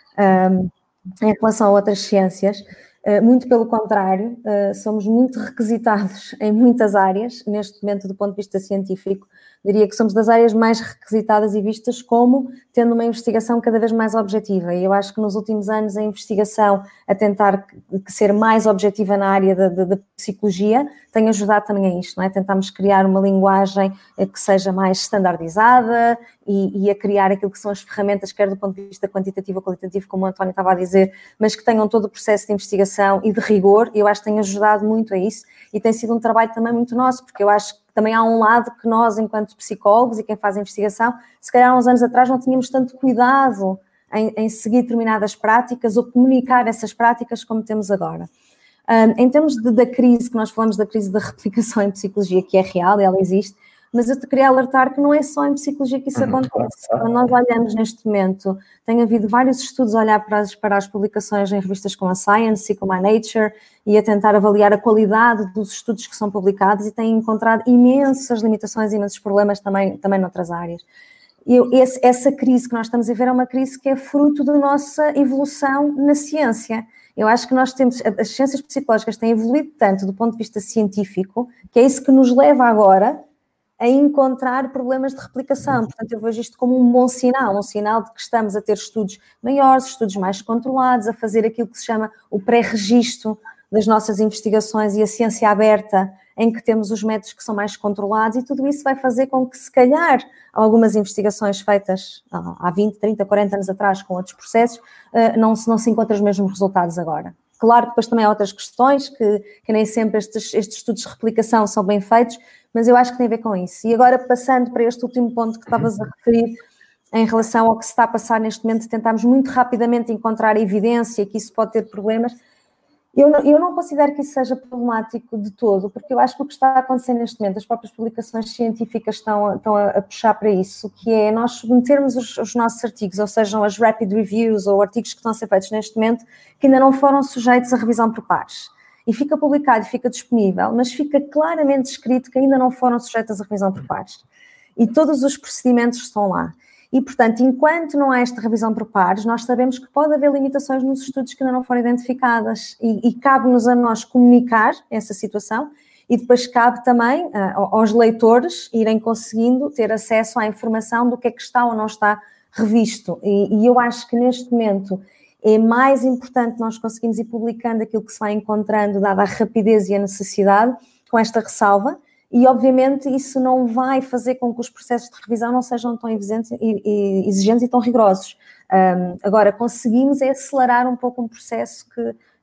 [SPEAKER 4] um, em relação a outras ciências. Uh, muito pelo contrário, uh, somos muito requisitados em muitas áreas, neste momento do ponto de vista científico, diria que somos das áreas mais requisitadas e vistas como tendo uma investigação cada vez mais objetiva, e eu acho que nos últimos anos a investigação a tentar ser mais objetiva na área da, da, da psicologia tem ajudado também a isto, não é? Tentarmos criar uma linguagem que seja mais standardizada e, e a criar aquilo que são as ferramentas, quer do ponto de vista quantitativo ou qualitativo, como o António estava a dizer, mas que tenham todo o processo de investigação e de rigor, e eu acho que tem ajudado muito a isso, e tem sido um trabalho também muito nosso, porque eu acho que também há um lado que nós, enquanto psicólogos e quem faz investigação, se calhar há uns anos atrás não tínhamos tanto cuidado em, em seguir determinadas práticas ou comunicar essas práticas como temos agora. Um, em termos de, da crise, que nós falamos da crise da replicação em psicologia, que é real, ela existe, mas eu te queria alertar que não é só em psicologia que isso acontece. Quando nós olhamos neste momento, tem havido vários estudos a olhar para as, para as publicações em revistas como a Science e como a Nature e a tentar avaliar a qualidade dos estudos que são publicados, e têm encontrado imensas limitações e imensos problemas também, também noutras áreas. E esse, essa crise que nós estamos a ver é uma crise que é fruto da nossa evolução na ciência. Eu acho que nós temos, as ciências psicológicas têm evoluído tanto do ponto de vista científico, que é isso que nos leva agora a encontrar problemas de replicação. Portanto, eu vejo isto como um bom sinal, um sinal de que estamos a ter estudos maiores, estudos mais controlados, a fazer aquilo que se chama o pré-registro das nossas investigações e a ciência aberta, em que temos os métodos que são mais controlados, e tudo isso vai fazer com que, se calhar, algumas investigações feitas há vinte, trinta, quarenta anos atrás com outros processos, não se, não se encontram os mesmos resultados agora. Claro que depois também há outras questões, que, que nem sempre estes, estes estudos de replicação são bem feitos, mas eu acho que tem a ver com isso. E agora, passando para este último ponto que estavas a referir, em relação ao que se está a passar neste momento, tentámos muito rapidamente encontrar evidência que isso pode ter problemas. Eu não, eu não considero que isso seja problemático de todo, porque eu acho que o que está a acontecer neste momento, as próprias publicações científicas estão, a, estão a puxar para isso, que é nós submetermos os, os nossos artigos, ou sejam as rapid reviews ou artigos que estão a ser feitos neste momento, que ainda não foram sujeitos a revisão por pares. E fica publicado e fica disponível, mas fica claramente escrito que ainda não foram sujeitos a revisão por pares. E todos os procedimentos estão lá. E, portanto, enquanto não há esta revisão por pares, nós sabemos que pode haver limitações nos estudos que ainda não foram identificadas, e, e cabe-nos a nós comunicar essa situação, e depois cabe também uh, aos leitores irem conseguindo ter acesso à informação do que é que está ou não está revisto. E, e eu acho que neste momento é mais importante nós conseguirmos ir publicando aquilo que se vai encontrando, dada a rapidez e a necessidade, com esta ressalva. E, obviamente, isso não vai fazer com que os processos de revisão não sejam tão exigentes e, exigentes e tão rigorosos. Um, agora, conseguimos é acelerar um pouco um processo que,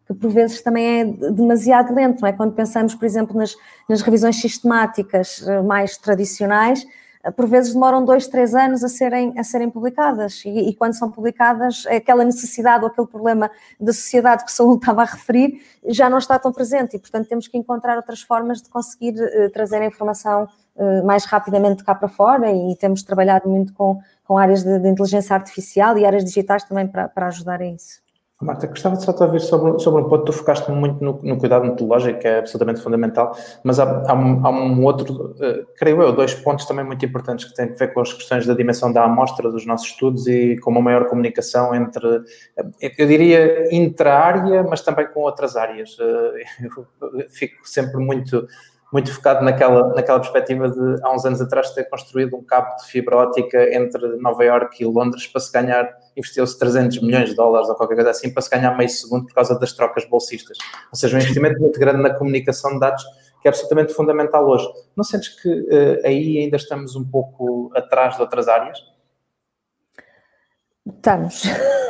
[SPEAKER 4] que por vezes também é demasiado lento, não é? Quando pensamos, por exemplo, nas, nas revisões sistemáticas mais tradicionais, por vezes demoram dois, três anos a serem, a serem publicadas e, e quando são publicadas, aquela necessidade ou aquele problema da sociedade que o Saúl estava a referir já não está tão presente e, portanto, temos que encontrar outras formas de conseguir uh, trazer a informação uh, mais rapidamente cá para fora e temos trabalhado muito com, com áreas de, de inteligência artificial e áreas digitais também para, para ajudar a isso.
[SPEAKER 1] Marta, gostava de só te ouvir sobre, sobre um ponto. Tu focaste muito no, no cuidado metodológico, que é absolutamente fundamental, mas há, há, um, há um outro, uh, creio eu, dois pontos também muito importantes que têm a ver com as questões da dimensão da amostra dos nossos estudos e com uma maior comunicação entre, eu diria, intra-área, mas também com outras áreas. Uh, eu fico sempre muito... muito focado naquela, naquela perspectiva de, há uns anos atrás, ter construído um cabo de fibra óptica entre Nova Iorque e Londres para se ganhar, investiu-se trezentos milhões de dólares ou qualquer coisa assim, para se ganhar meio segundo por causa das trocas bolsistas. Ou seja, um investimento muito grande na comunicação de dados que é absolutamente fundamental hoje. Não sentes que uh, aí ainda estamos um pouco atrás de outras áreas?
[SPEAKER 4] Estamos,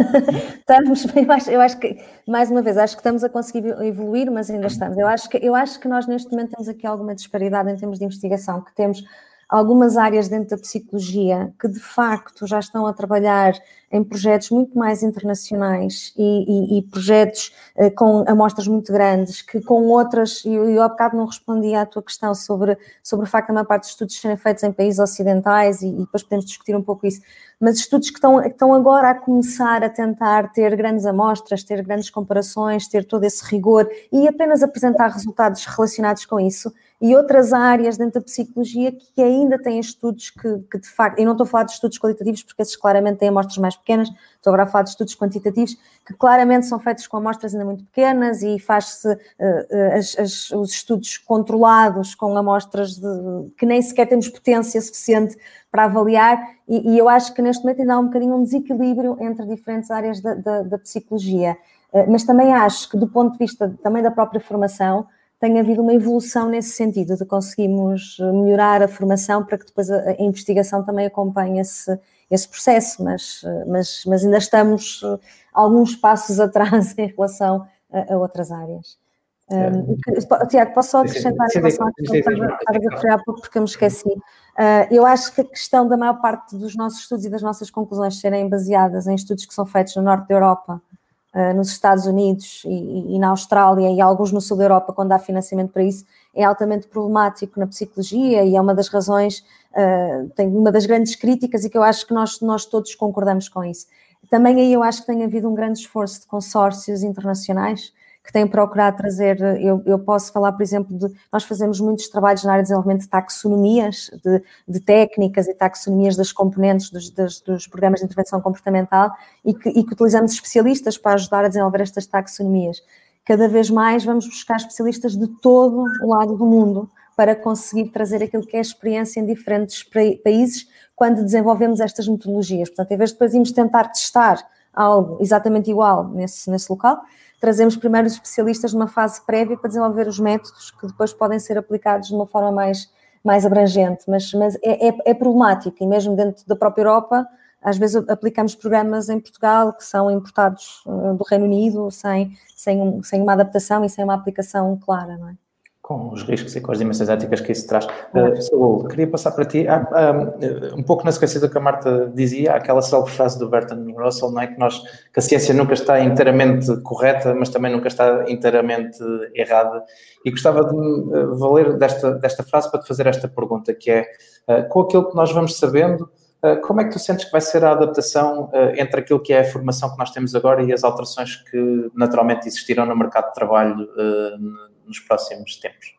[SPEAKER 4] estamos, eu acho, eu acho que, mais uma vez, acho que estamos a conseguir evoluir, mas ainda estamos. Eu acho que, eu acho que nós neste momento temos aqui alguma disparidade em termos de investigação, que temos algumas áreas dentro da psicologia que de facto já estão a trabalhar em projetos muito mais internacionais e, e, e projetos uh, com amostras muito grandes, que com outras, e eu, eu há bocado não respondi à tua questão sobre, sobre o facto da maior parte dos estudos serem feitos em países ocidentais e, e depois podemos discutir um pouco isso, mas estudos que estão, que estão agora a começar a tentar ter grandes amostras, ter grandes comparações, ter todo esse rigor e apenas apresentar resultados relacionados com isso. E outras áreas dentro da psicologia que ainda têm estudos que, que de facto, e não estou a falar de estudos qualitativos porque esses claramente têm amostras mais pequenas, estou agora a falar de estudos quantitativos que claramente são feitos com amostras ainda muito pequenas e faz-se uh, uh, as, as, os estudos controlados com amostras de, que nem sequer temos potência suficiente para avaliar e, e eu acho que neste momento ainda há um bocadinho um desequilíbrio entre diferentes áreas da, da, da psicologia, uh, mas também acho que do ponto de vista também da própria formação tem havido uma evolução nesse sentido, de conseguirmos melhorar a formação para que depois a, a investigação também acompanhe esse, esse processo, mas, mas, mas ainda estamos alguns passos atrás em relação a, a outras áreas. É. Um, Tiago, posso só acrescentar em relação à questão que estava a referir há pouco, porque eu me esqueci. Uh, eu acho que a questão da maior parte dos nossos estudos e das nossas conclusões serem baseadas em estudos que são feitos no norte da Europa, Uh, nos Estados Unidos e, e na Austrália e alguns no sul da Europa, quando há financiamento para isso, é altamente problemático na psicologia e é uma das razões, uh, tem uma das grandes críticas e que eu acho que nós, nós todos concordamos com isso. Também aí eu acho que tem havido um grande esforço de consórcios internacionais que têm procurado trazer, eu, eu posso falar, por exemplo, de, nós fazemos muitos trabalhos na área de desenvolvimento de taxonomias, de, de técnicas e taxonomias das componentes dos, das, dos programas de intervenção comportamental e que, e que utilizamos especialistas para ajudar a desenvolver estas taxonomias. Cada vez mais vamos buscar especialistas de todo o lado do mundo para conseguir trazer aquilo que é a experiência em diferentes países quando desenvolvemos estas metodologias. Portanto, em vez de depois irmos tentar testar algo exatamente igual nesse, nesse local, trazemos primeiro os especialistas numa fase prévia para desenvolver os métodos que depois podem ser aplicados de uma forma mais, mais abrangente, mas, mas é, é, é problemático e mesmo dentro da própria Europa, às vezes aplicamos programas em Portugal que são importados do Reino Unido sem, sem, um, sem uma adaptação e sem uma aplicação clara, não é?
[SPEAKER 1] Com os riscos e com as dimensões éticas que isso traz. Uh, Saúl, queria passar para ti, há, há, um pouco na sequência do que a Marta dizia, aquela célebre frase do Bertrand Russell, não é? Que, nós, que a ciência nunca está inteiramente correta, mas também nunca está inteiramente errada. E gostava de me valer desta, desta frase para te fazer esta pergunta, que é, uh, com aquilo que nós vamos sabendo, uh, como é que tu sentes que vai ser a adaptação uh, entre aquilo que é a formação que nós temos agora e as alterações que naturalmente existirão no mercado de trabalho uh, nos próximos tempos?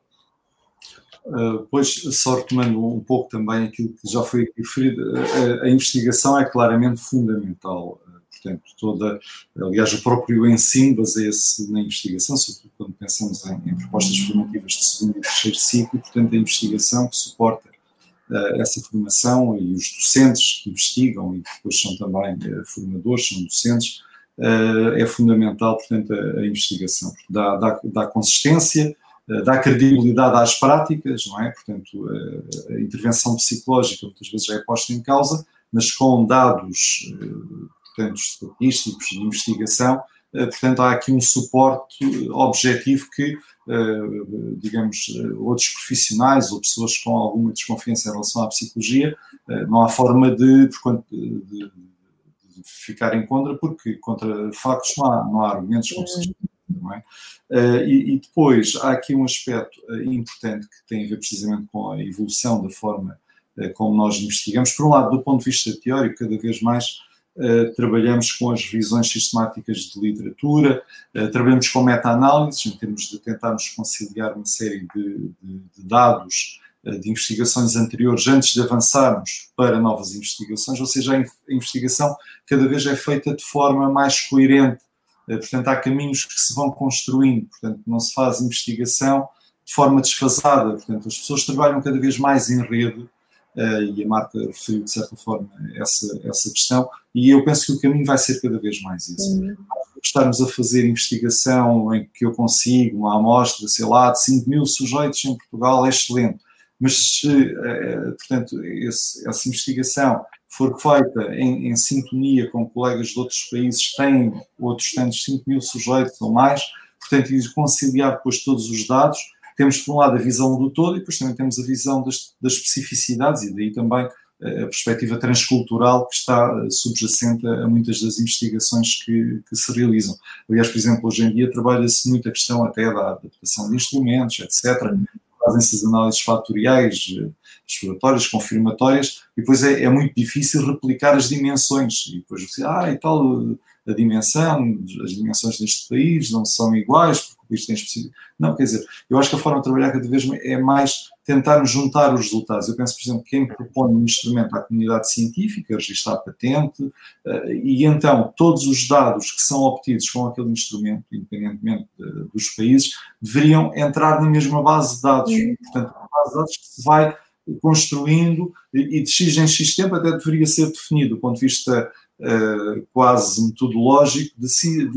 [SPEAKER 2] Uh, pois, só retomando um pouco também aquilo que já foi referido, a, a investigação é claramente fundamental. Uh, portanto, toda, aliás, o próprio ensino baseia-se na investigação, sobretudo quando pensamos em, em propostas formativas de segundo e terceiro ciclo, portanto, a investigação que suporta uh, essa formação e os docentes que investigam e que depois são também uh, formadores, são docentes, Uh, é fundamental, portanto, a, a investigação. Dá, dá, dá consistência, uh, dá credibilidade às práticas, não é? Portanto, uh, a intervenção psicológica muitas vezes já é posta em causa, mas com dados, uh, portanto, estatísticos de investigação, portanto há aqui um suporte objetivo que, digamos, outros profissionais ou pessoas com alguma desconfiança em relação à psicologia, não há forma de, de, de ficar em contra, porque contra factos não há, não há argumentos, como se diz, não é? Uh, e, e depois há aqui um aspecto uh, importante que tem a ver precisamente com a evolução da forma uh, como nós investigamos. Por um lado, do ponto de vista teórico, cada vez mais uh, trabalhamos com as revisões sistemáticas de literatura, uh, trabalhamos com meta-análises, em termos de tentarmos conciliar uma série de, de, de dados uh, de investigações anteriores antes de avançarmos para novas investigações, ou seja, a investigação cada vez é feita de forma mais coerente. Portanto, há caminhos que se vão construindo, portanto, não se faz investigação de forma desfasada, portanto, as pessoas trabalham cada vez mais em rede, e a Marta referiu, de certa forma, essa, essa questão, e eu penso que o caminho vai ser cada vez mais isso. Uhum. Estarmos a fazer investigação em que eu consigo uma amostra, sei lá, de cinco mil sujeitos em Portugal, é excelente, mas se, portanto, esse, essa investigação for feita em, em sintonia com colegas de outros países que têm outros tantos cinco mil sujeitos ou mais, portanto, e conciliar depois todos os dados, temos por um lado a visão do todo e depois também temos a visão das, das especificidades e daí também a perspectiva transcultural que está subjacente a muitas das investigações que, que se realizam. Aliás, por exemplo, hoje em dia trabalha-se muito a questão até da adaptação de instrumentos, etcétera. Fazem-se as análises fatoriais, exploratórias, confirmatórias, e depois é, é muito difícil replicar as dimensões. E depois você, ah, e tal, a dimensão, as dimensões deste país não são iguais, porque o país tem específico. Não, quer dizer, eu acho que a forma de trabalhar cada vez é mais tentarmos juntar os resultados. Eu penso, por exemplo, que quem propõe um instrumento à comunidade científica, registrar a patente, e então todos os dados que são obtidos com aquele instrumento, independentemente dos países, deveriam entrar na mesma base de dados. Portanto, uma base de dados que se vai construindo e de X em X tempo até deveria ser definido do ponto de vista uh, quase metodológico de,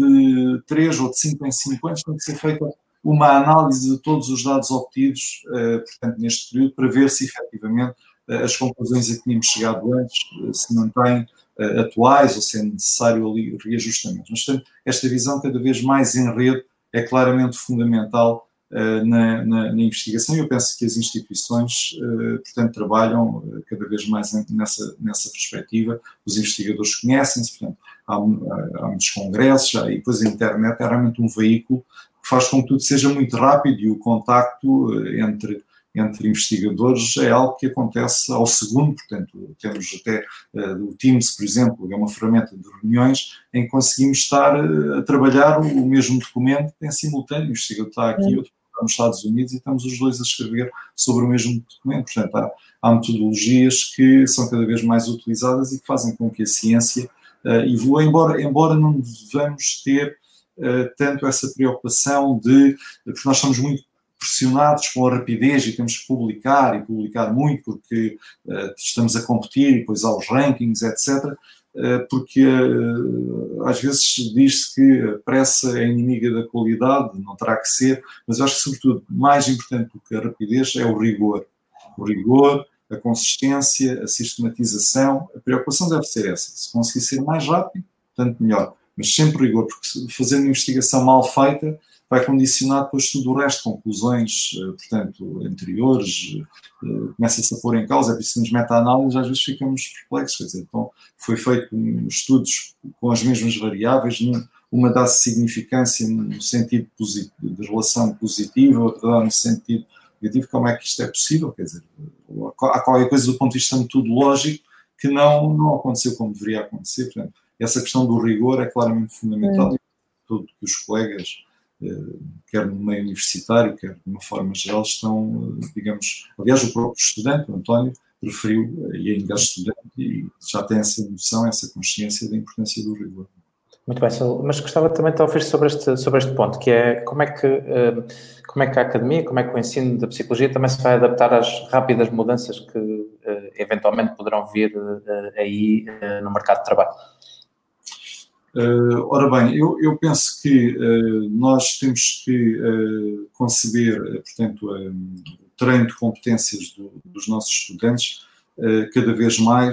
[SPEAKER 2] de três ou de cinco em cinco anos tem que ser feita uma análise de todos os dados obtidos, uh, portanto, neste período, para ver se efetivamente uh, as conclusões a que tínhamos chegado antes uh, se mantêm uh, atuais ou se é necessário ali reajustamentos. Mas, portanto, esta visão cada vez mais em rede é claramente fundamental uh, na, na, na investigação e eu penso que as instituições, uh, portanto, trabalham uh, cada vez mais nessa, nessa perspectiva. Os investigadores conhecem-se, portanto, há, há muitos congressos, há, e depois a internet é realmente um veículo que faz com que tudo seja muito rápido e o contacto uh, entre entre investigadores é algo que acontece ao segundo, portanto, temos até uh, o Teams, por exemplo, é uma ferramenta de reuniões em que conseguimos estar uh, a trabalhar o, o mesmo documento em simultâneo, o investigador está aqui, outro está nos Estados Unidos e estamos os dois a escrever sobre o mesmo documento, portanto, há, há metodologias que são cada vez mais utilizadas e que fazem com que a ciência uh, evolua, embora, embora não devamos ter uh, tanto essa preocupação de, porque nós somos muito pressionados com a rapidez e temos que publicar e publicar muito porque uh, estamos a competir e depois há os rankings, etcétera, uh, porque uh, às vezes diz-se que a pressa é inimiga da qualidade, não terá que ser, mas eu acho que sobretudo mais importante do que a rapidez é o rigor. O rigor, a consistência, a sistematização, a preocupação deve ser essa. Se conseguir ser mais rápido, tanto melhor, mas sempre rigor, porque fazendo uma investigação mal feita vai condicionar depois tudo o resto, conclusões, portanto, anteriores, começa-se a pôr em causa, é por isso que nos meta-análises às vezes ficamos perplexos, quer dizer, então foi feito estudos com as mesmas variáveis, uma dá-se significância no sentido positivo, de relação positiva, outra dá no sentido negativo, como é que isto é possível, quer dizer, há qualquer coisa do ponto de vista metodológico que não, não aconteceu como deveria acontecer, portanto, essa questão do rigor é claramente fundamental é. E tudo que os colegas quer no meio universitário, quer de uma forma geral, estão, digamos, aliás, o próprio estudante, o António, referiu, e ainda é estudante, e já tem essa noção, essa consciência da importância do rigor.
[SPEAKER 1] Muito bem, mas gostava também de ouvir sobre este, sobre este ponto, que é como é que, como é que a academia, como é que o ensino da psicologia também se vai adaptar às rápidas mudanças que eventualmente poderão vir aí no mercado de trabalho.
[SPEAKER 2] Uh, ora bem, eu, eu penso que uh, nós temos que uh, conceber, uh, portanto, uh, o treino de competências do, dos nossos estudantes uh, cada vez mais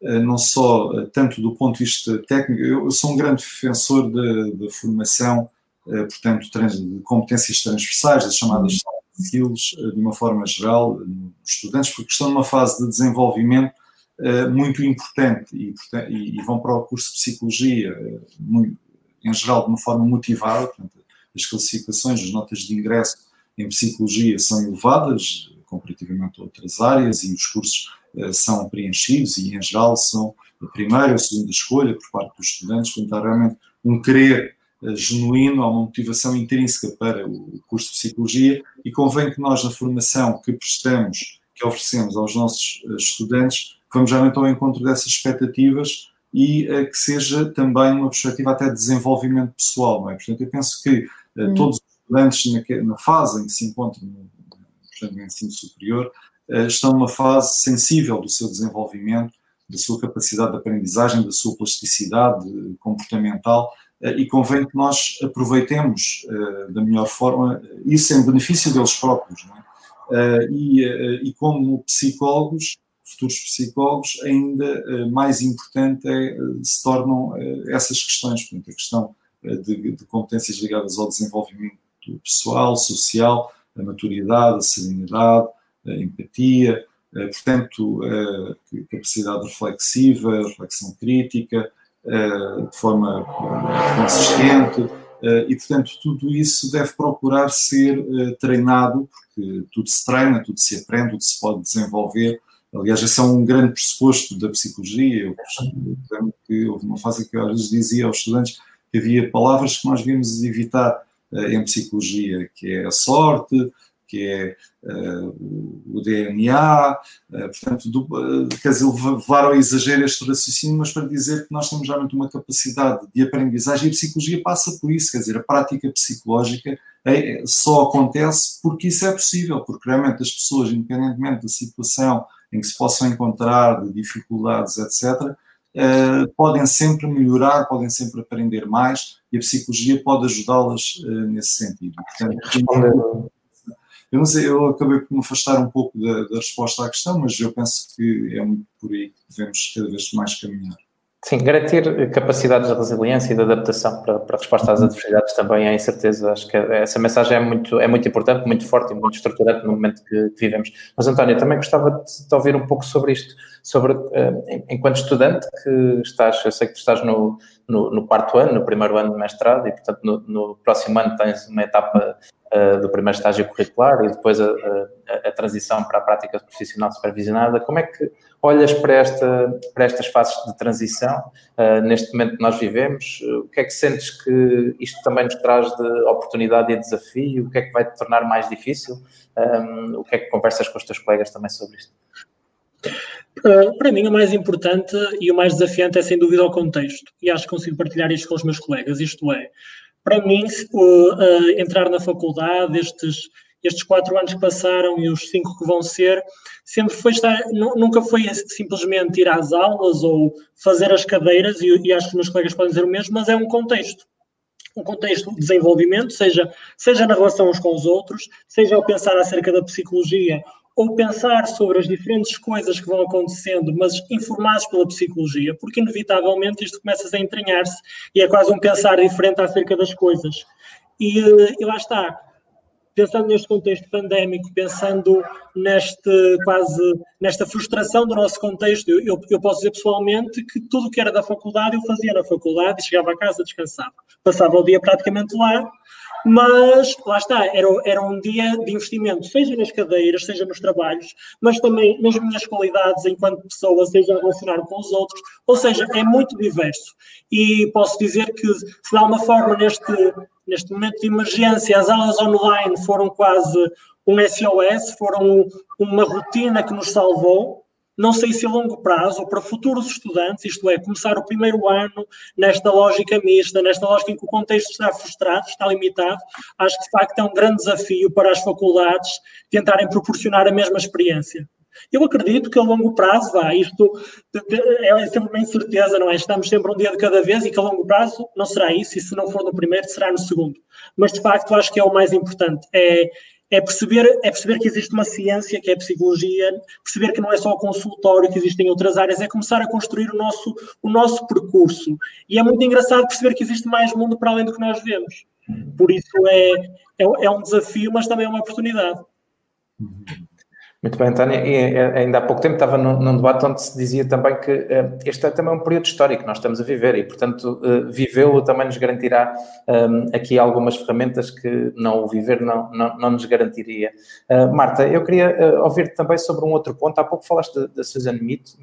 [SPEAKER 2] não só tanto do ponto de vista técnico, eu sou um grande defensor da formação, portanto, de competências transversais, das chamadas skills, de uma forma geral, nos estudantes, porque estão numa fase de desenvolvimento muito importante e, portanto, e vão para o curso de Psicologia, muito, em geral, de uma forma motivada. Portanto, as classificações, as notas de ingresso em Psicologia são elevadas comparativamente a outras áreas e os cursos uh, são preenchidos e, em geral, são a primeira ou a segunda escolha por parte dos estudantes. Portanto, há realmente um querer uh, genuíno, há uma motivação intrínseca para o curso de Psicologia e convém que nós, na formação que prestamos, que oferecemos aos nossos uh, estudantes, vamos realmente ao encontro dessas expectativas e uh, que seja também uma perspectiva até de desenvolvimento pessoal, não é? Portanto, eu penso que uh, hum. todos os estudantes na, na fase em que se encontram no, portanto, no ensino superior uh, estão numa fase sensível do seu desenvolvimento, da sua capacidade de aprendizagem, da sua plasticidade comportamental uh, e convém que nós aproveitemos uh, da melhor forma isso em benefício deles próprios, não é? Uh, e, uh, e como psicólogos, futuros psicólogos, ainda uh, mais importante é, uh, se tornam uh, essas questões, portanto, a questão uh, de, de competências ligadas ao desenvolvimento pessoal, social, a maturidade, a serenidade, a empatia, uh, portanto, uh, capacidade reflexiva, reflexão crítica, uh, de forma uh, consistente, uh, e, portanto, tudo isso deve procurar ser uh, treinado, porque tudo se treina, tudo se aprende, tudo se pode desenvolver. Aliás, esse é um grande pressuposto da psicologia. Eu lembro que houve uma fase que eu às vezes dizia aos estudantes que havia palavras que nós devíamos evitar uh, em psicologia, que é a sorte, que é uh, o D N A, uh, portanto, do, uh, quer dizer, levar ao exagero este raciocínio, mas para dizer que nós temos realmente uma capacidade de aprendizagem e a psicologia passa por isso, quer dizer, a prática psicológica é, só acontece porque isso é possível, porque realmente as pessoas, independentemente da situação em que se possam encontrar, de dificuldades, etcétera, uh, podem sempre melhorar, podem sempre aprender mais e a psicologia pode ajudá-las uh, nesse sentido. Portanto, eu, não sei, eu acabei por me afastar um pouco da, da resposta à questão, mas eu penso que é muito por aí que devemos cada vez mais caminhar.
[SPEAKER 1] Sim, garantir capacidades de resiliência e de adaptação para, para a resposta às adversidades também é, em certeza, acho que essa mensagem é muito, é muito importante, muito forte e muito estruturante no momento que, que vivemos. Mas, António, também gostava de, de ouvir um pouco sobre isto, sobre, uh, enquanto estudante que estás, eu sei que tu estás no, no, no quarto ano, no primeiro ano de mestrado e, portanto, no, no próximo ano tens uma etapa uh, do primeiro estágio curricular e depois a, a, a transição para a prática profissional supervisionada. Como é que olhas para, esta, para estas fases de transição, uh, neste momento que nós vivemos? O que é que sentes que isto também nos traz de oportunidade e desafio? O que é que vai te tornar mais difícil? Um, o que é que conversas com os teus colegas também sobre isto?
[SPEAKER 3] Uh, para mim, o mais importante e o mais desafiante é, sem dúvida, o contexto. E acho que consigo partilhar isto com os meus colegas. Isto é, para mim, uh, uh, entrar na faculdade, estes... estes quatro anos que passaram e os cinco que vão ser, sempre foi estar, nunca foi simplesmente ir às aulas ou fazer as cadeiras, e, e acho que os meus colegas podem dizer o mesmo, mas é um contexto. Um contexto de desenvolvimento, seja, seja na relação uns com os outros, seja ao pensar acerca da psicologia, ou pensar sobre as diferentes coisas que vão acontecendo, mas informados pela psicologia, porque inevitavelmente isto começa a entranhar-se e é quase um pensar diferente acerca das coisas. E, e lá está. Pensando neste contexto pandémico, pensando neste, quase, nesta frustração do nosso contexto, eu, eu posso dizer pessoalmente que tudo o que era da faculdade eu fazia na faculdade e chegava a casa, descansava. Passava o dia praticamente lá, mas lá está, era, era um dia de investimento, seja nas cadeiras, seja nos trabalhos, mas também nas minhas qualidades enquanto pessoa, seja a relacionar com os outros, ou seja, é muito diverso. E posso dizer que, se de alguma forma, neste... neste momento de emergência, as aulas online foram quase um S O S, foram uma rotina que nos salvou. Não sei se a longo prazo, ou para futuros estudantes, isto é, começar o primeiro ano nesta lógica mista, nesta lógica em que o contexto está frustrado, está limitado, acho que de facto é um grande desafio para as faculdades tentarem proporcionar a mesma experiência. Eu acredito que a longo prazo, vá, isto é sempre uma incerteza, não é? Estamos sempre um dia de cada vez e que a longo prazo não será isso, e se não for no primeiro, será no segundo. Mas, de facto, acho que é o mais importante, é, é perceber, é perceber que existe uma ciência, que é a psicologia, perceber que não é só o consultório, que existem outras áreas, é começar a construir o nosso, o nosso percurso. E é muito engraçado perceber que existe mais mundo para além do que nós vemos. Por isso é, é, é um desafio, mas também é uma oportunidade.
[SPEAKER 1] Muito bem, António, e ainda há pouco tempo estava num, num debate onde se dizia também que uh, este é também um período histórico que nós estamos a viver e, portanto, uh, vivê-lo também nos garantirá um, aqui algumas ferramentas que não o viver não, não, não nos garantiria. Uh, Marta, eu queria uh, ouvir também sobre um outro ponto. Há pouco falaste da Susan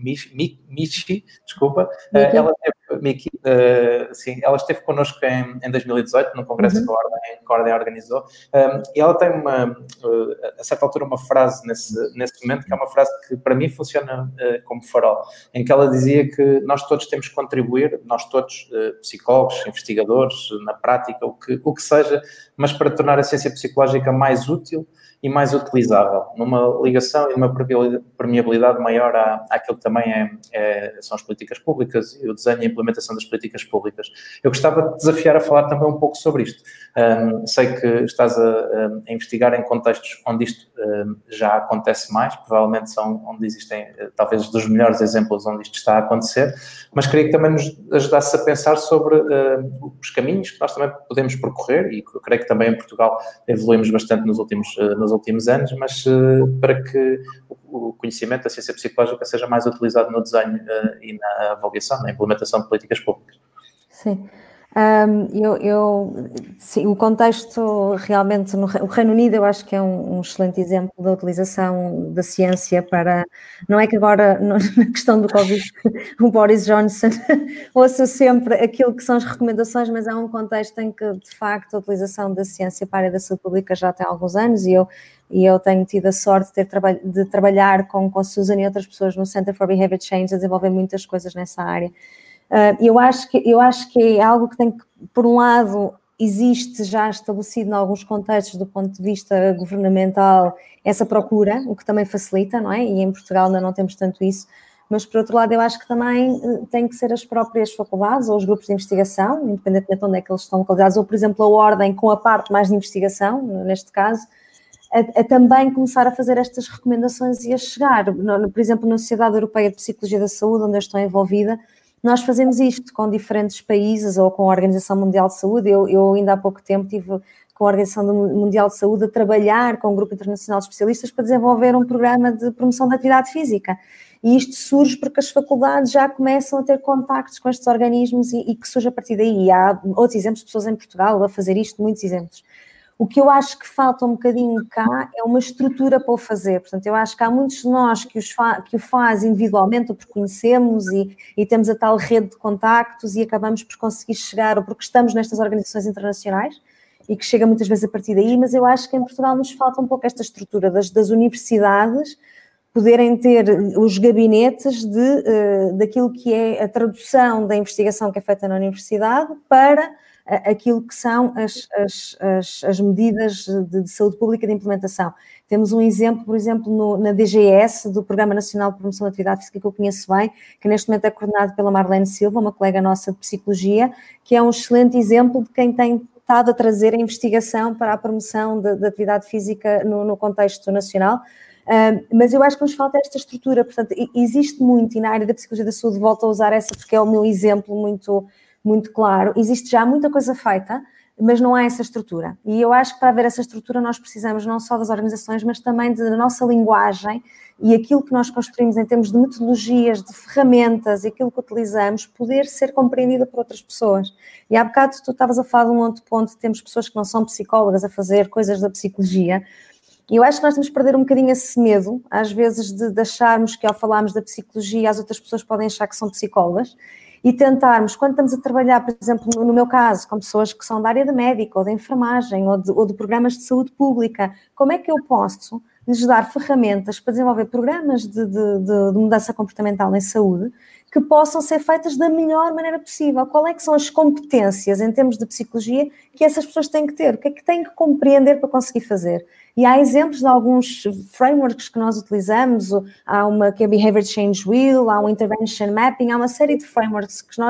[SPEAKER 1] Michi, desculpa, uh, ela teve, Miki, uh, sim, ela esteve connosco em, em dois mil e dezoito, num congresso uhum. que, a Ordem, que a Ordem organizou, um, e ela tem uma, uh, a certa altura, uma frase nesse nesse momento, que é uma frase que para mim funciona uh, como farol, em que ela dizia que nós todos temos que contribuir, nós todos, uh, psicólogos, investigadores, na prática, o que, o que seja, mas para tornar a ciência psicológica mais útil e mais utilizável, numa ligação e uma permeabilidade maior à, àquilo que também é, é, são as políticas públicas e o desenho e a implementação das políticas públicas. Eu gostava de desafiar a falar também um pouco sobre isto. Um, sei que estás a, a investigar em contextos onde isto um, já acontece mais, provavelmente são onde existem, talvez, dos melhores exemplos onde isto está a acontecer, mas queria que também nos ajudasses a pensar sobre uh, os caminhos que nós também podemos percorrer, e eu creio que também em Portugal evoluímos bastante nos últimos, uh, nos últimos anos, mas uh, para que o conhecimento da ciência psicológica seja mais utilizado no desenho uh, e na avaliação, na implementação de políticas públicas.
[SPEAKER 4] Sim. Um, eu, eu, sim, o contexto realmente no o Reino Unido eu acho que é um, um excelente exemplo da utilização da ciência para, não é que agora no, na questão do Covid o Boris Johnson ouça sempre aquilo que são as recomendações, mas há um contexto em que de facto a utilização da ciência para a área da saúde pública já tem alguns anos e eu, e eu tenho tido a sorte de, ter traba de trabalhar com, com a Susan e outras pessoas no Center for Behavior Change a desenvolver muitas coisas nessa área. Uh, eu, acho que, eu acho que é algo que tem que, por um lado, existe já estabelecido em alguns contextos do ponto de vista governamental essa procura, o que também facilita, não é? E em Portugal ainda não temos tanto isso, mas por outro lado eu acho que também uh, tem que ser as próprias faculdades ou os grupos de investigação, independentemente de onde é que eles estão localizados, ou por exemplo a Ordem com a parte mais de investigação, neste caso, A, a também começar a fazer estas recomendações e a chegar, no, por exemplo, na Sociedade Europeia de Psicologia da Saúde, onde eu estou envolvida, nós fazemos isto com diferentes países ou com a Organização Mundial de Saúde. Eu, eu ainda há pouco tempo estive com a Organização Mundial de Saúde a trabalhar com um grupo internacional de especialistas para desenvolver um programa de promoção da atividade física. E isto surge porque as faculdades já começam a ter contactos com estes organismos e, e que surge a partir daí. E há outros exemplos de pessoas em Portugal a fazer isto, muitos exemplos. O que eu acho que falta um bocadinho cá é uma estrutura para o fazer. Portanto, eu acho que há muitos de nós que, os fa que o fazem individualmente, ou porque conhecemos e, e temos a tal rede de contactos e acabamos por conseguir chegar, ou porque estamos nestas organizações internacionais e que chega muitas vezes a partir daí, mas eu acho que em Portugal nos falta um pouco esta estrutura das, das universidades poderem ter os gabinetes de, uh, daquilo que é a tradução da investigação que é feita na universidade para aquilo que são as, as, as, as medidas de, de saúde pública de implementação. Temos um exemplo, por exemplo, no, na D G S, do Programa Nacional de Promoção da Atividade Física, que eu conheço bem, que neste momento é coordenado pela Marlene Silva, uma colega nossa de Psicologia, que é um excelente exemplo de quem tem estado a trazer a investigação para a promoção da atividade física no, no contexto nacional. Uh, mas eu acho que nos falta esta estrutura, portanto, existe muito, e na área da Psicologia da Saúde volto a usar essa porque é o meu exemplo muito... muito claro, existe já muita coisa feita, mas não há essa estrutura. E eu acho que para haver essa estrutura nós precisamos não só das organizações, mas também da nossa linguagem e aquilo que nós construímos em termos de metodologias, de ferramentas, e aquilo que utilizamos, poder ser compreendida por outras pessoas. E há bocado tu estavas a falar de um outro ponto, temos pessoas que não são psicólogas a fazer coisas da psicologia, e eu acho que nós temos que perder um bocadinho esse medo, às vezes, de, de acharmos que ao falarmos da psicologia as outras pessoas podem achar que são psicólogas, e tentarmos, quando estamos a trabalhar, por exemplo, no meu caso, com pessoas que são da área da médica, ou da enfermagem, ou de, ou de programas de saúde pública, como é que eu posso lhes dar ferramentas para desenvolver programas de, de, de, de mudança comportamental em saúde que possam ser feitas da melhor maneira possível? Qual é que são as competências em termos de psicologia que essas pessoas têm que ter? O que é que têm que compreender para conseguir fazer? E há exemplos de alguns frameworks que nós utilizamos, há uma que é Behavior Change Wheel, há um Intervention Mapping, há uma série de frameworks que nós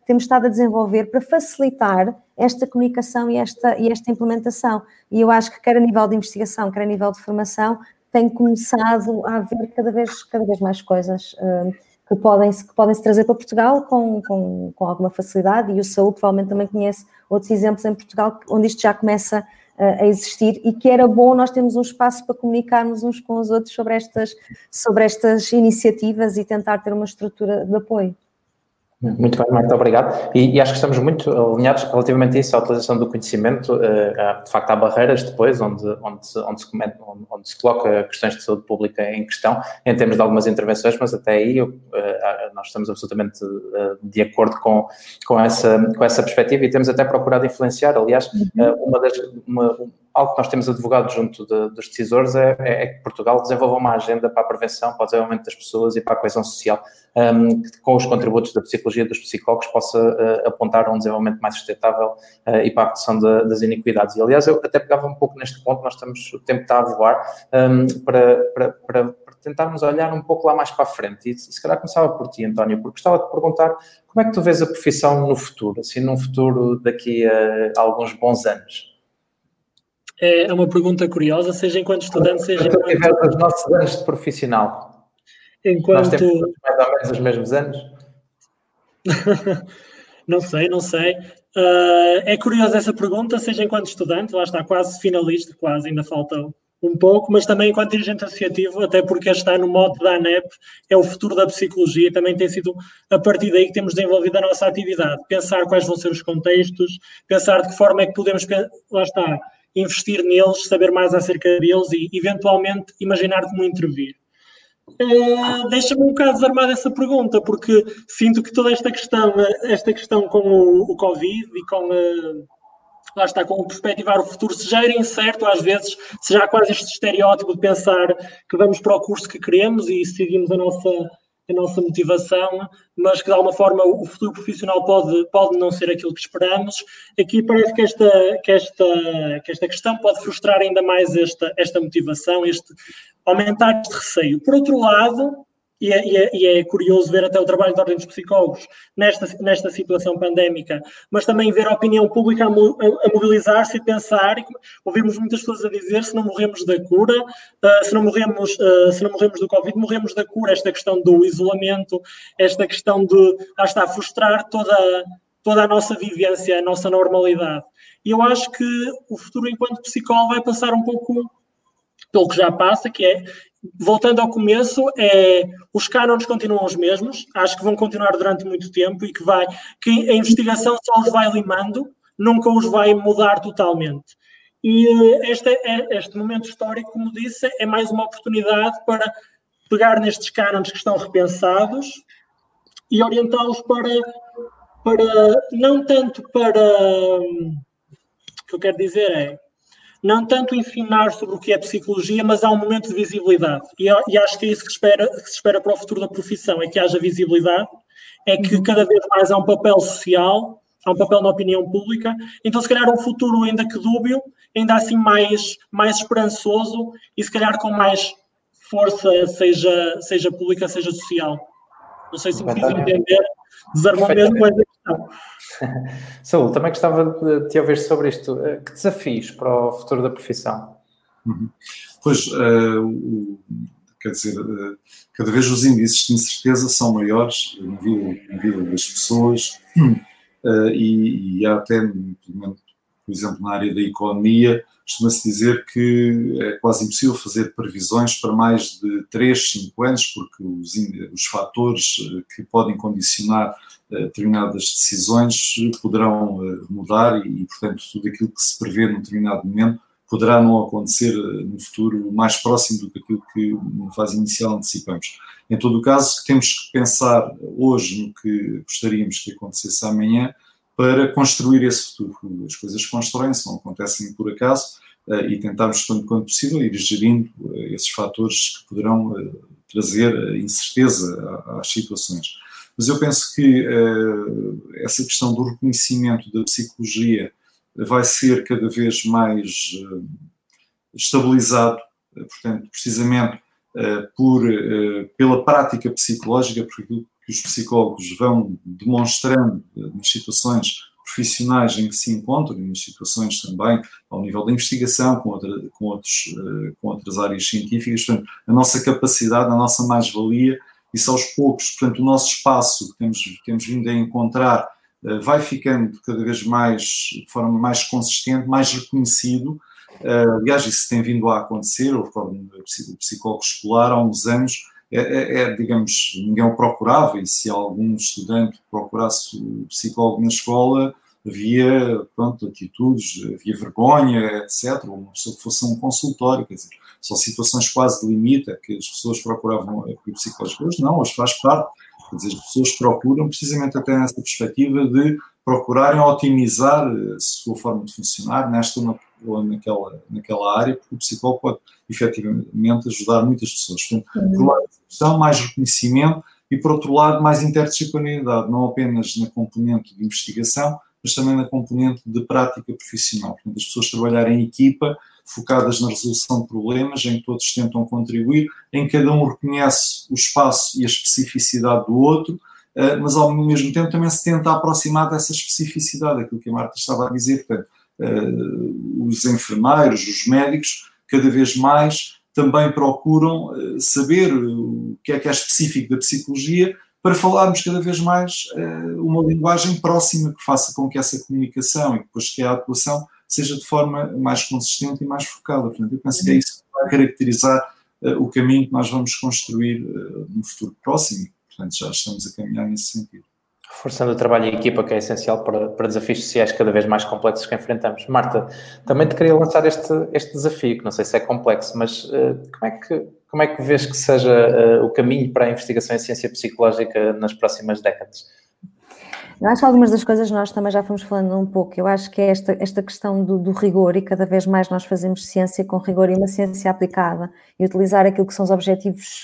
[SPEAKER 4] temos estado a desenvolver para facilitar esta comunicação e esta, e esta implementação. E eu acho que quer a nível de investigação, quer a nível de formação, tem começado a haver cada vez, cada vez mais coisas uh, que podem, que podem se trazer para Portugal com, com, com alguma facilidade, e o Saúl provavelmente também conhece outros exemplos em Portugal onde isto já começa uh, a existir, e que era bom nós termos um espaço para comunicarmos uns com os outros sobre estas, sobre estas iniciativas e tentar ter uma estrutura de apoio.
[SPEAKER 1] Muito bem, Marta, obrigado. E, e acho que estamos muito alinhados relativamente a isso, à utilização do conhecimento. Uh, de facto, há barreiras depois onde, onde, onde, se comenta, onde, onde se coloca questões de saúde pública em questão, em termos de algumas intervenções, mas até aí eu, uh, nós estamos absolutamente uh, de acordo com, com, essa, com essa perspectiva, e temos até procurado influenciar. Aliás, uh, uma das, uma, algo que nós temos advogado junto de, dos decisores é, é, é que Portugal desenvolva uma agenda para a prevenção, para o desenvolvimento das pessoas e para a coesão social, um, que com os contributos da psicologia dos psicólogos possa uh, apontar a um desenvolvimento mais sustentável uh, e para a redução de, das iniquidades. E, aliás, eu até pegava um pouco neste ponto, nós estamos, o tempo está a voar, um, para, para, para, para tentarmos olhar um pouco lá mais para a frente. E, e se calhar começava por ti, António, porque gostava de perguntar como é que tu vês a profissão no futuro, assim, num futuro daqui a, a alguns bons anos?
[SPEAKER 3] É uma pergunta curiosa, seja enquanto estudante, seja enquanto...
[SPEAKER 1] Tivemos os nossos anos de profissional.
[SPEAKER 3] Enquanto...
[SPEAKER 1] Nós temos mais ou menos os mesmos anos?
[SPEAKER 3] Não sei, não sei. Uh, é curiosa essa pergunta, seja enquanto estudante, lá está, quase finalista, quase, ainda falta um pouco, mas também enquanto dirigente associativo, até porque está no mote da ANEP, é o futuro da psicologia, também tem sido a partir daí que temos desenvolvido a nossa atividade. Pensar quais vão ser os contextos, pensar de que forma é que podemos, lá está, investir neles, saber mais acerca deles e, eventualmente, imaginar como intervir. Uh, deixa-me um bocado desarmada essa pergunta, porque sinto que toda esta questão, esta questão com o, o Covid e com, uh, lá está, com o perspectivar o futuro, se já era incerto às vezes, se já há quase este estereótipo de pensar que vamos para o curso que queremos e seguimos a nossa, a nossa motivação, mas que de alguma forma o futuro profissional pode, pode não ser aquilo que esperamos. Aqui parece que esta, que esta, que esta questão pode frustrar ainda mais esta, esta motivação, este aumentar este receio. Por outro lado, e é, e, é, e é curioso ver até o trabalho da Ordem dos Psicólogos nesta, nesta situação pandémica, mas também ver a opinião pública a, a mobilizar-se e pensar, e ouvimos muitas pessoas a dizer, se não morremos da cura, uh, se, não morremos, uh, se não morremos do Covid, morremos da cura. Esta questão do isolamento, esta questão de, lá está, frustrar toda, toda a nossa vivência, a nossa normalidade. E eu acho que o futuro enquanto psicólogo vai passar um pouco pelo que já passa, que é, voltando ao começo, é, os cânones continuam os mesmos, acho que vão continuar durante muito tempo e que, vai, que a investigação só os vai limando, nunca os vai mudar totalmente. E este, este momento histórico, como disse, é mais uma oportunidade para pegar nestes cânones que estão repensados e orientá-los para, para, não tanto para, o que eu quero dizer é, não tanto ensinar sobre o que é psicologia, mas há um momento de visibilidade. E, e acho que é isso que, espera, que se espera para o futuro da profissão, é que haja visibilidade, é que cada vez mais há um papel social, há um papel na opinião pública. Então, se calhar, um futuro ainda que dúbio, ainda assim mais, mais esperançoso e, se calhar, com mais força, seja, seja pública, seja social. Não sei se me fiz entender, desarmou mesmo com essa questão.
[SPEAKER 1] Saúl, também gostava de te ouvir sobre isto. Que desafios para o futuro da profissão?
[SPEAKER 2] Uhum. Pois, uh, quer dizer, uh, cada vez os índices de incerteza são maiores na vida, na vida das pessoas uh, e, e há até, por exemplo, na área da economia, costuma-se dizer que é quase impossível fazer previsões para mais de três, cinco anos, porque os, os fatores que podem condicionar determinadas decisões poderão mudar e, portanto, tudo aquilo que se prevê num determinado momento poderá não acontecer no futuro mais próximo do que aquilo que na fase inicial antecipamos. Em todo o caso, temos que pensar hoje no que gostaríamos que acontecesse amanhã para construir esse futuro. As coisas constroem-se, não acontecem por acaso, e tentarmos, quando, quando possível, ir gerindo esses fatores que poderão trazer incerteza às situações. Mas eu penso que uh, essa questão do reconhecimento da psicologia vai ser cada vez mais uh, estabilizado, uh, portanto, precisamente uh, por, uh, pela prática psicológica, porque aquilo que os psicólogos vão demonstrando nas situações profissionais em que se encontram, e nas situações também ao nível da investigação, com, outra, com, outros, com outras áreas científicas. Portanto, a nossa capacidade, a nossa mais-valia, isso aos poucos, portanto, o nosso espaço que temos, temos vindo a encontrar vai ficando cada vez mais, de forma mais consistente, mais reconhecido. Aliás, isso tem vindo a acontecer. Eu recordo do psicólogo escolar há uns anos, É, é, é, digamos, ninguém o procurava, e se algum estudante procurasse o psicólogo na escola, havia, pronto, atitudes, havia vergonha, etcétera, ou uma pessoa que fosse a um consultório, quer dizer, são situações quase de limite que as pessoas procuravam o psicólogo. Hoje não, hoje faz parte, quer dizer, as pessoas procuram precisamente até nessa perspectiva de procurarem otimizar a sua forma de funcionar nesta ou naquela, naquela área, porque o psicólogo pode efetivamente ajudar muitas pessoas. Portanto, uhum. Por um lado, questão, mais reconhecimento, e por outro lado, mais interdisciplinaridade, não apenas na componente de investigação, mas também na componente de prática profissional. Portanto, as pessoas trabalharem em equipa, focadas na resolução de problemas, em que todos tentam contribuir, em que cada um reconhece o espaço e a especificidade do outro, mas ao mesmo tempo também se tenta aproximar dessa especificidade, aquilo que a Marta estava a dizer. Portanto, os enfermeiros, os médicos, cada vez mais também procuram saber o que é que é específico da psicologia, para falarmos cada vez mais uma linguagem próxima que faça com que essa comunicação e depois que a atuação seja de forma mais consistente e mais focada. Portanto, eu penso que é isso que vai caracterizar o caminho que nós vamos construir no futuro próximo, e, portanto, já estamos a caminhar nesse sentido.
[SPEAKER 1] Reforçando o trabalho em equipa, que é essencial para, para desafios sociais cada vez mais complexos que enfrentamos. Marta, também te queria lançar este, este desafio, que não sei se é complexo, mas uh, como, é que, como é que vês que seja uh, o caminho para a investigação em ciência psicológica nas próximas décadas?
[SPEAKER 4] Eu acho que algumas das coisas nós também já fomos falando um pouco. Eu acho que é esta, esta questão do, do rigor, e cada vez mais nós fazemos ciência com rigor e uma ciência aplicada, e utilizar aquilo que são os objetivos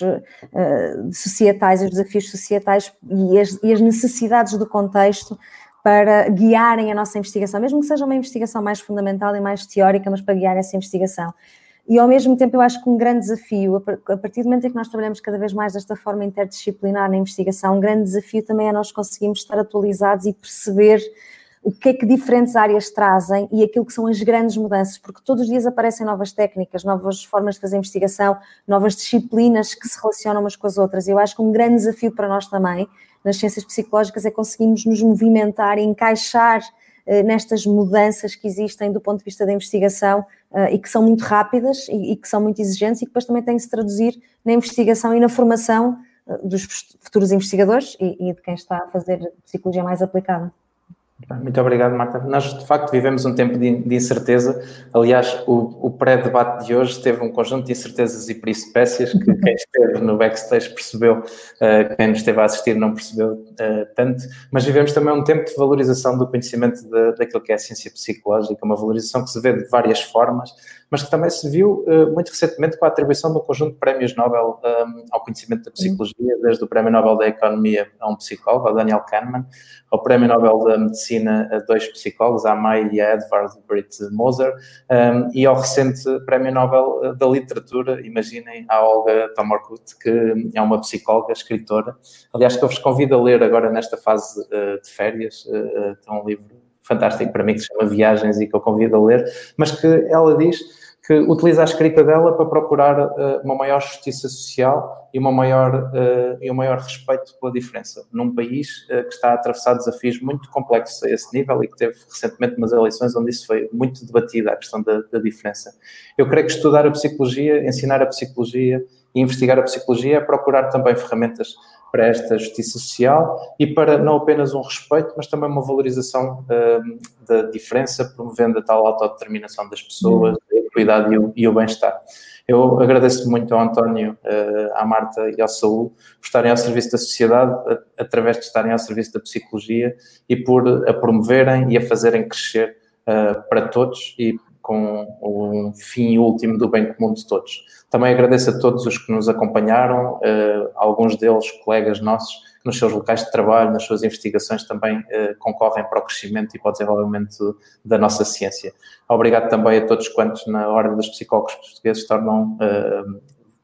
[SPEAKER 4] uh, societais, os desafios societais e as, e as necessidades do contexto para guiarem a nossa investigação, mesmo que seja uma investigação mais fundamental e mais teórica, mas para guiar essa investigação. E, ao mesmo tempo, eu acho que um grande desafio, a partir do momento em que nós trabalhamos cada vez mais desta forma interdisciplinar na investigação, um grande desafio também é nós conseguirmos estar atualizados e perceber o que é que diferentes áreas trazem e aquilo que são as grandes mudanças, porque todos os dias aparecem novas técnicas, novas formas de fazer investigação, novas disciplinas que se relacionam umas com as outras. E eu acho que um grande desafio para nós também, nas ciências psicológicas, é conseguirmos nos movimentar e encaixar nestas mudanças que existem do ponto de vista da investigação uh, e que são muito rápidas e, e que são muito exigentes, e que depois também têm que se traduzir na investigação e na formação uh, dos futuros investigadores e, e de quem está a fazer psicologia mais aplicada.
[SPEAKER 1] Muito obrigado, Marta. Nós, de facto, vivemos um tempo de, de incerteza. Aliás, o, o pré-debate de hoje teve um conjunto de incertezas e peripécias que quem esteve no backstage percebeu, uh, quem nos esteve a assistir não percebeu uh, tanto, mas vivemos também um tempo de valorização do conhecimento de, daquilo que é a ciência psicológica, uma valorização que se vê de várias formas, mas que também se viu uh, muito recentemente com a atribuição de um conjunto de prémios Nobel um, ao conhecimento da psicologia, desde o Prémio Nobel da Economia a um psicólogo, ao Daniel Kahneman, ao Prémio Nobel da Medicina a dois psicólogos, a Mai e a Edvard Britt Moser, um, e ao recente Prémio Nobel da Literatura, imaginem, a Olga Tomorkut, que é uma psicóloga, escritora, aliás, que eu vos convido a ler agora nesta fase uh, de férias, uh, tem um livro fantástico para mim que se chama Viagens e que eu convido a ler, mas que ela diz que utiliza a escrita dela para procurar uh, uma maior justiça social e, uma maior, uh, e um maior respeito pela diferença, num país uh, que está a atravessar desafios muito complexos a esse nível e que teve recentemente umas eleições onde isso foi muito debatido, a questão da, da diferença. Eu creio que estudar a psicologia, ensinar a psicologia e investigar a psicologia é procurar também ferramentas para esta justiça social e para não apenas um respeito, mas também uma valorização uh, da diferença, promovendo a tal autodeterminação das pessoas, a equidade e o, e o bem-estar. Eu agradeço muito ao António, uh, à Marta e ao Saúl por estarem ao serviço da sociedade, a, através de estarem ao serviço da psicologia e por a promoverem e a fazerem crescer uh, para todos e com um fim último do bem comum de todos. Também agradeço a todos os que nos acompanharam, uh, alguns deles colegas nossos, que nos seus locais de trabalho, nas suas investigações também uh, concorrem para o crescimento e para o desenvolvimento da nossa ciência. Obrigado também a todos quantos na Ordem dos Psicólogos Portugueses tornam uh,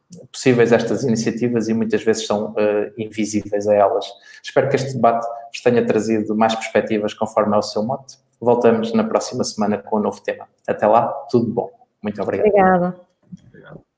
[SPEAKER 1] possíveis estas iniciativas e muitas vezes são uh, invisíveis a elas. Espero que este debate vos tenha trazido mais perspectivas conforme é o seu mote. Voltamos na próxima semana com um novo tema. Até lá, tudo bom. Muito obrigado.
[SPEAKER 4] Obrigada.
[SPEAKER 2] Obrigado.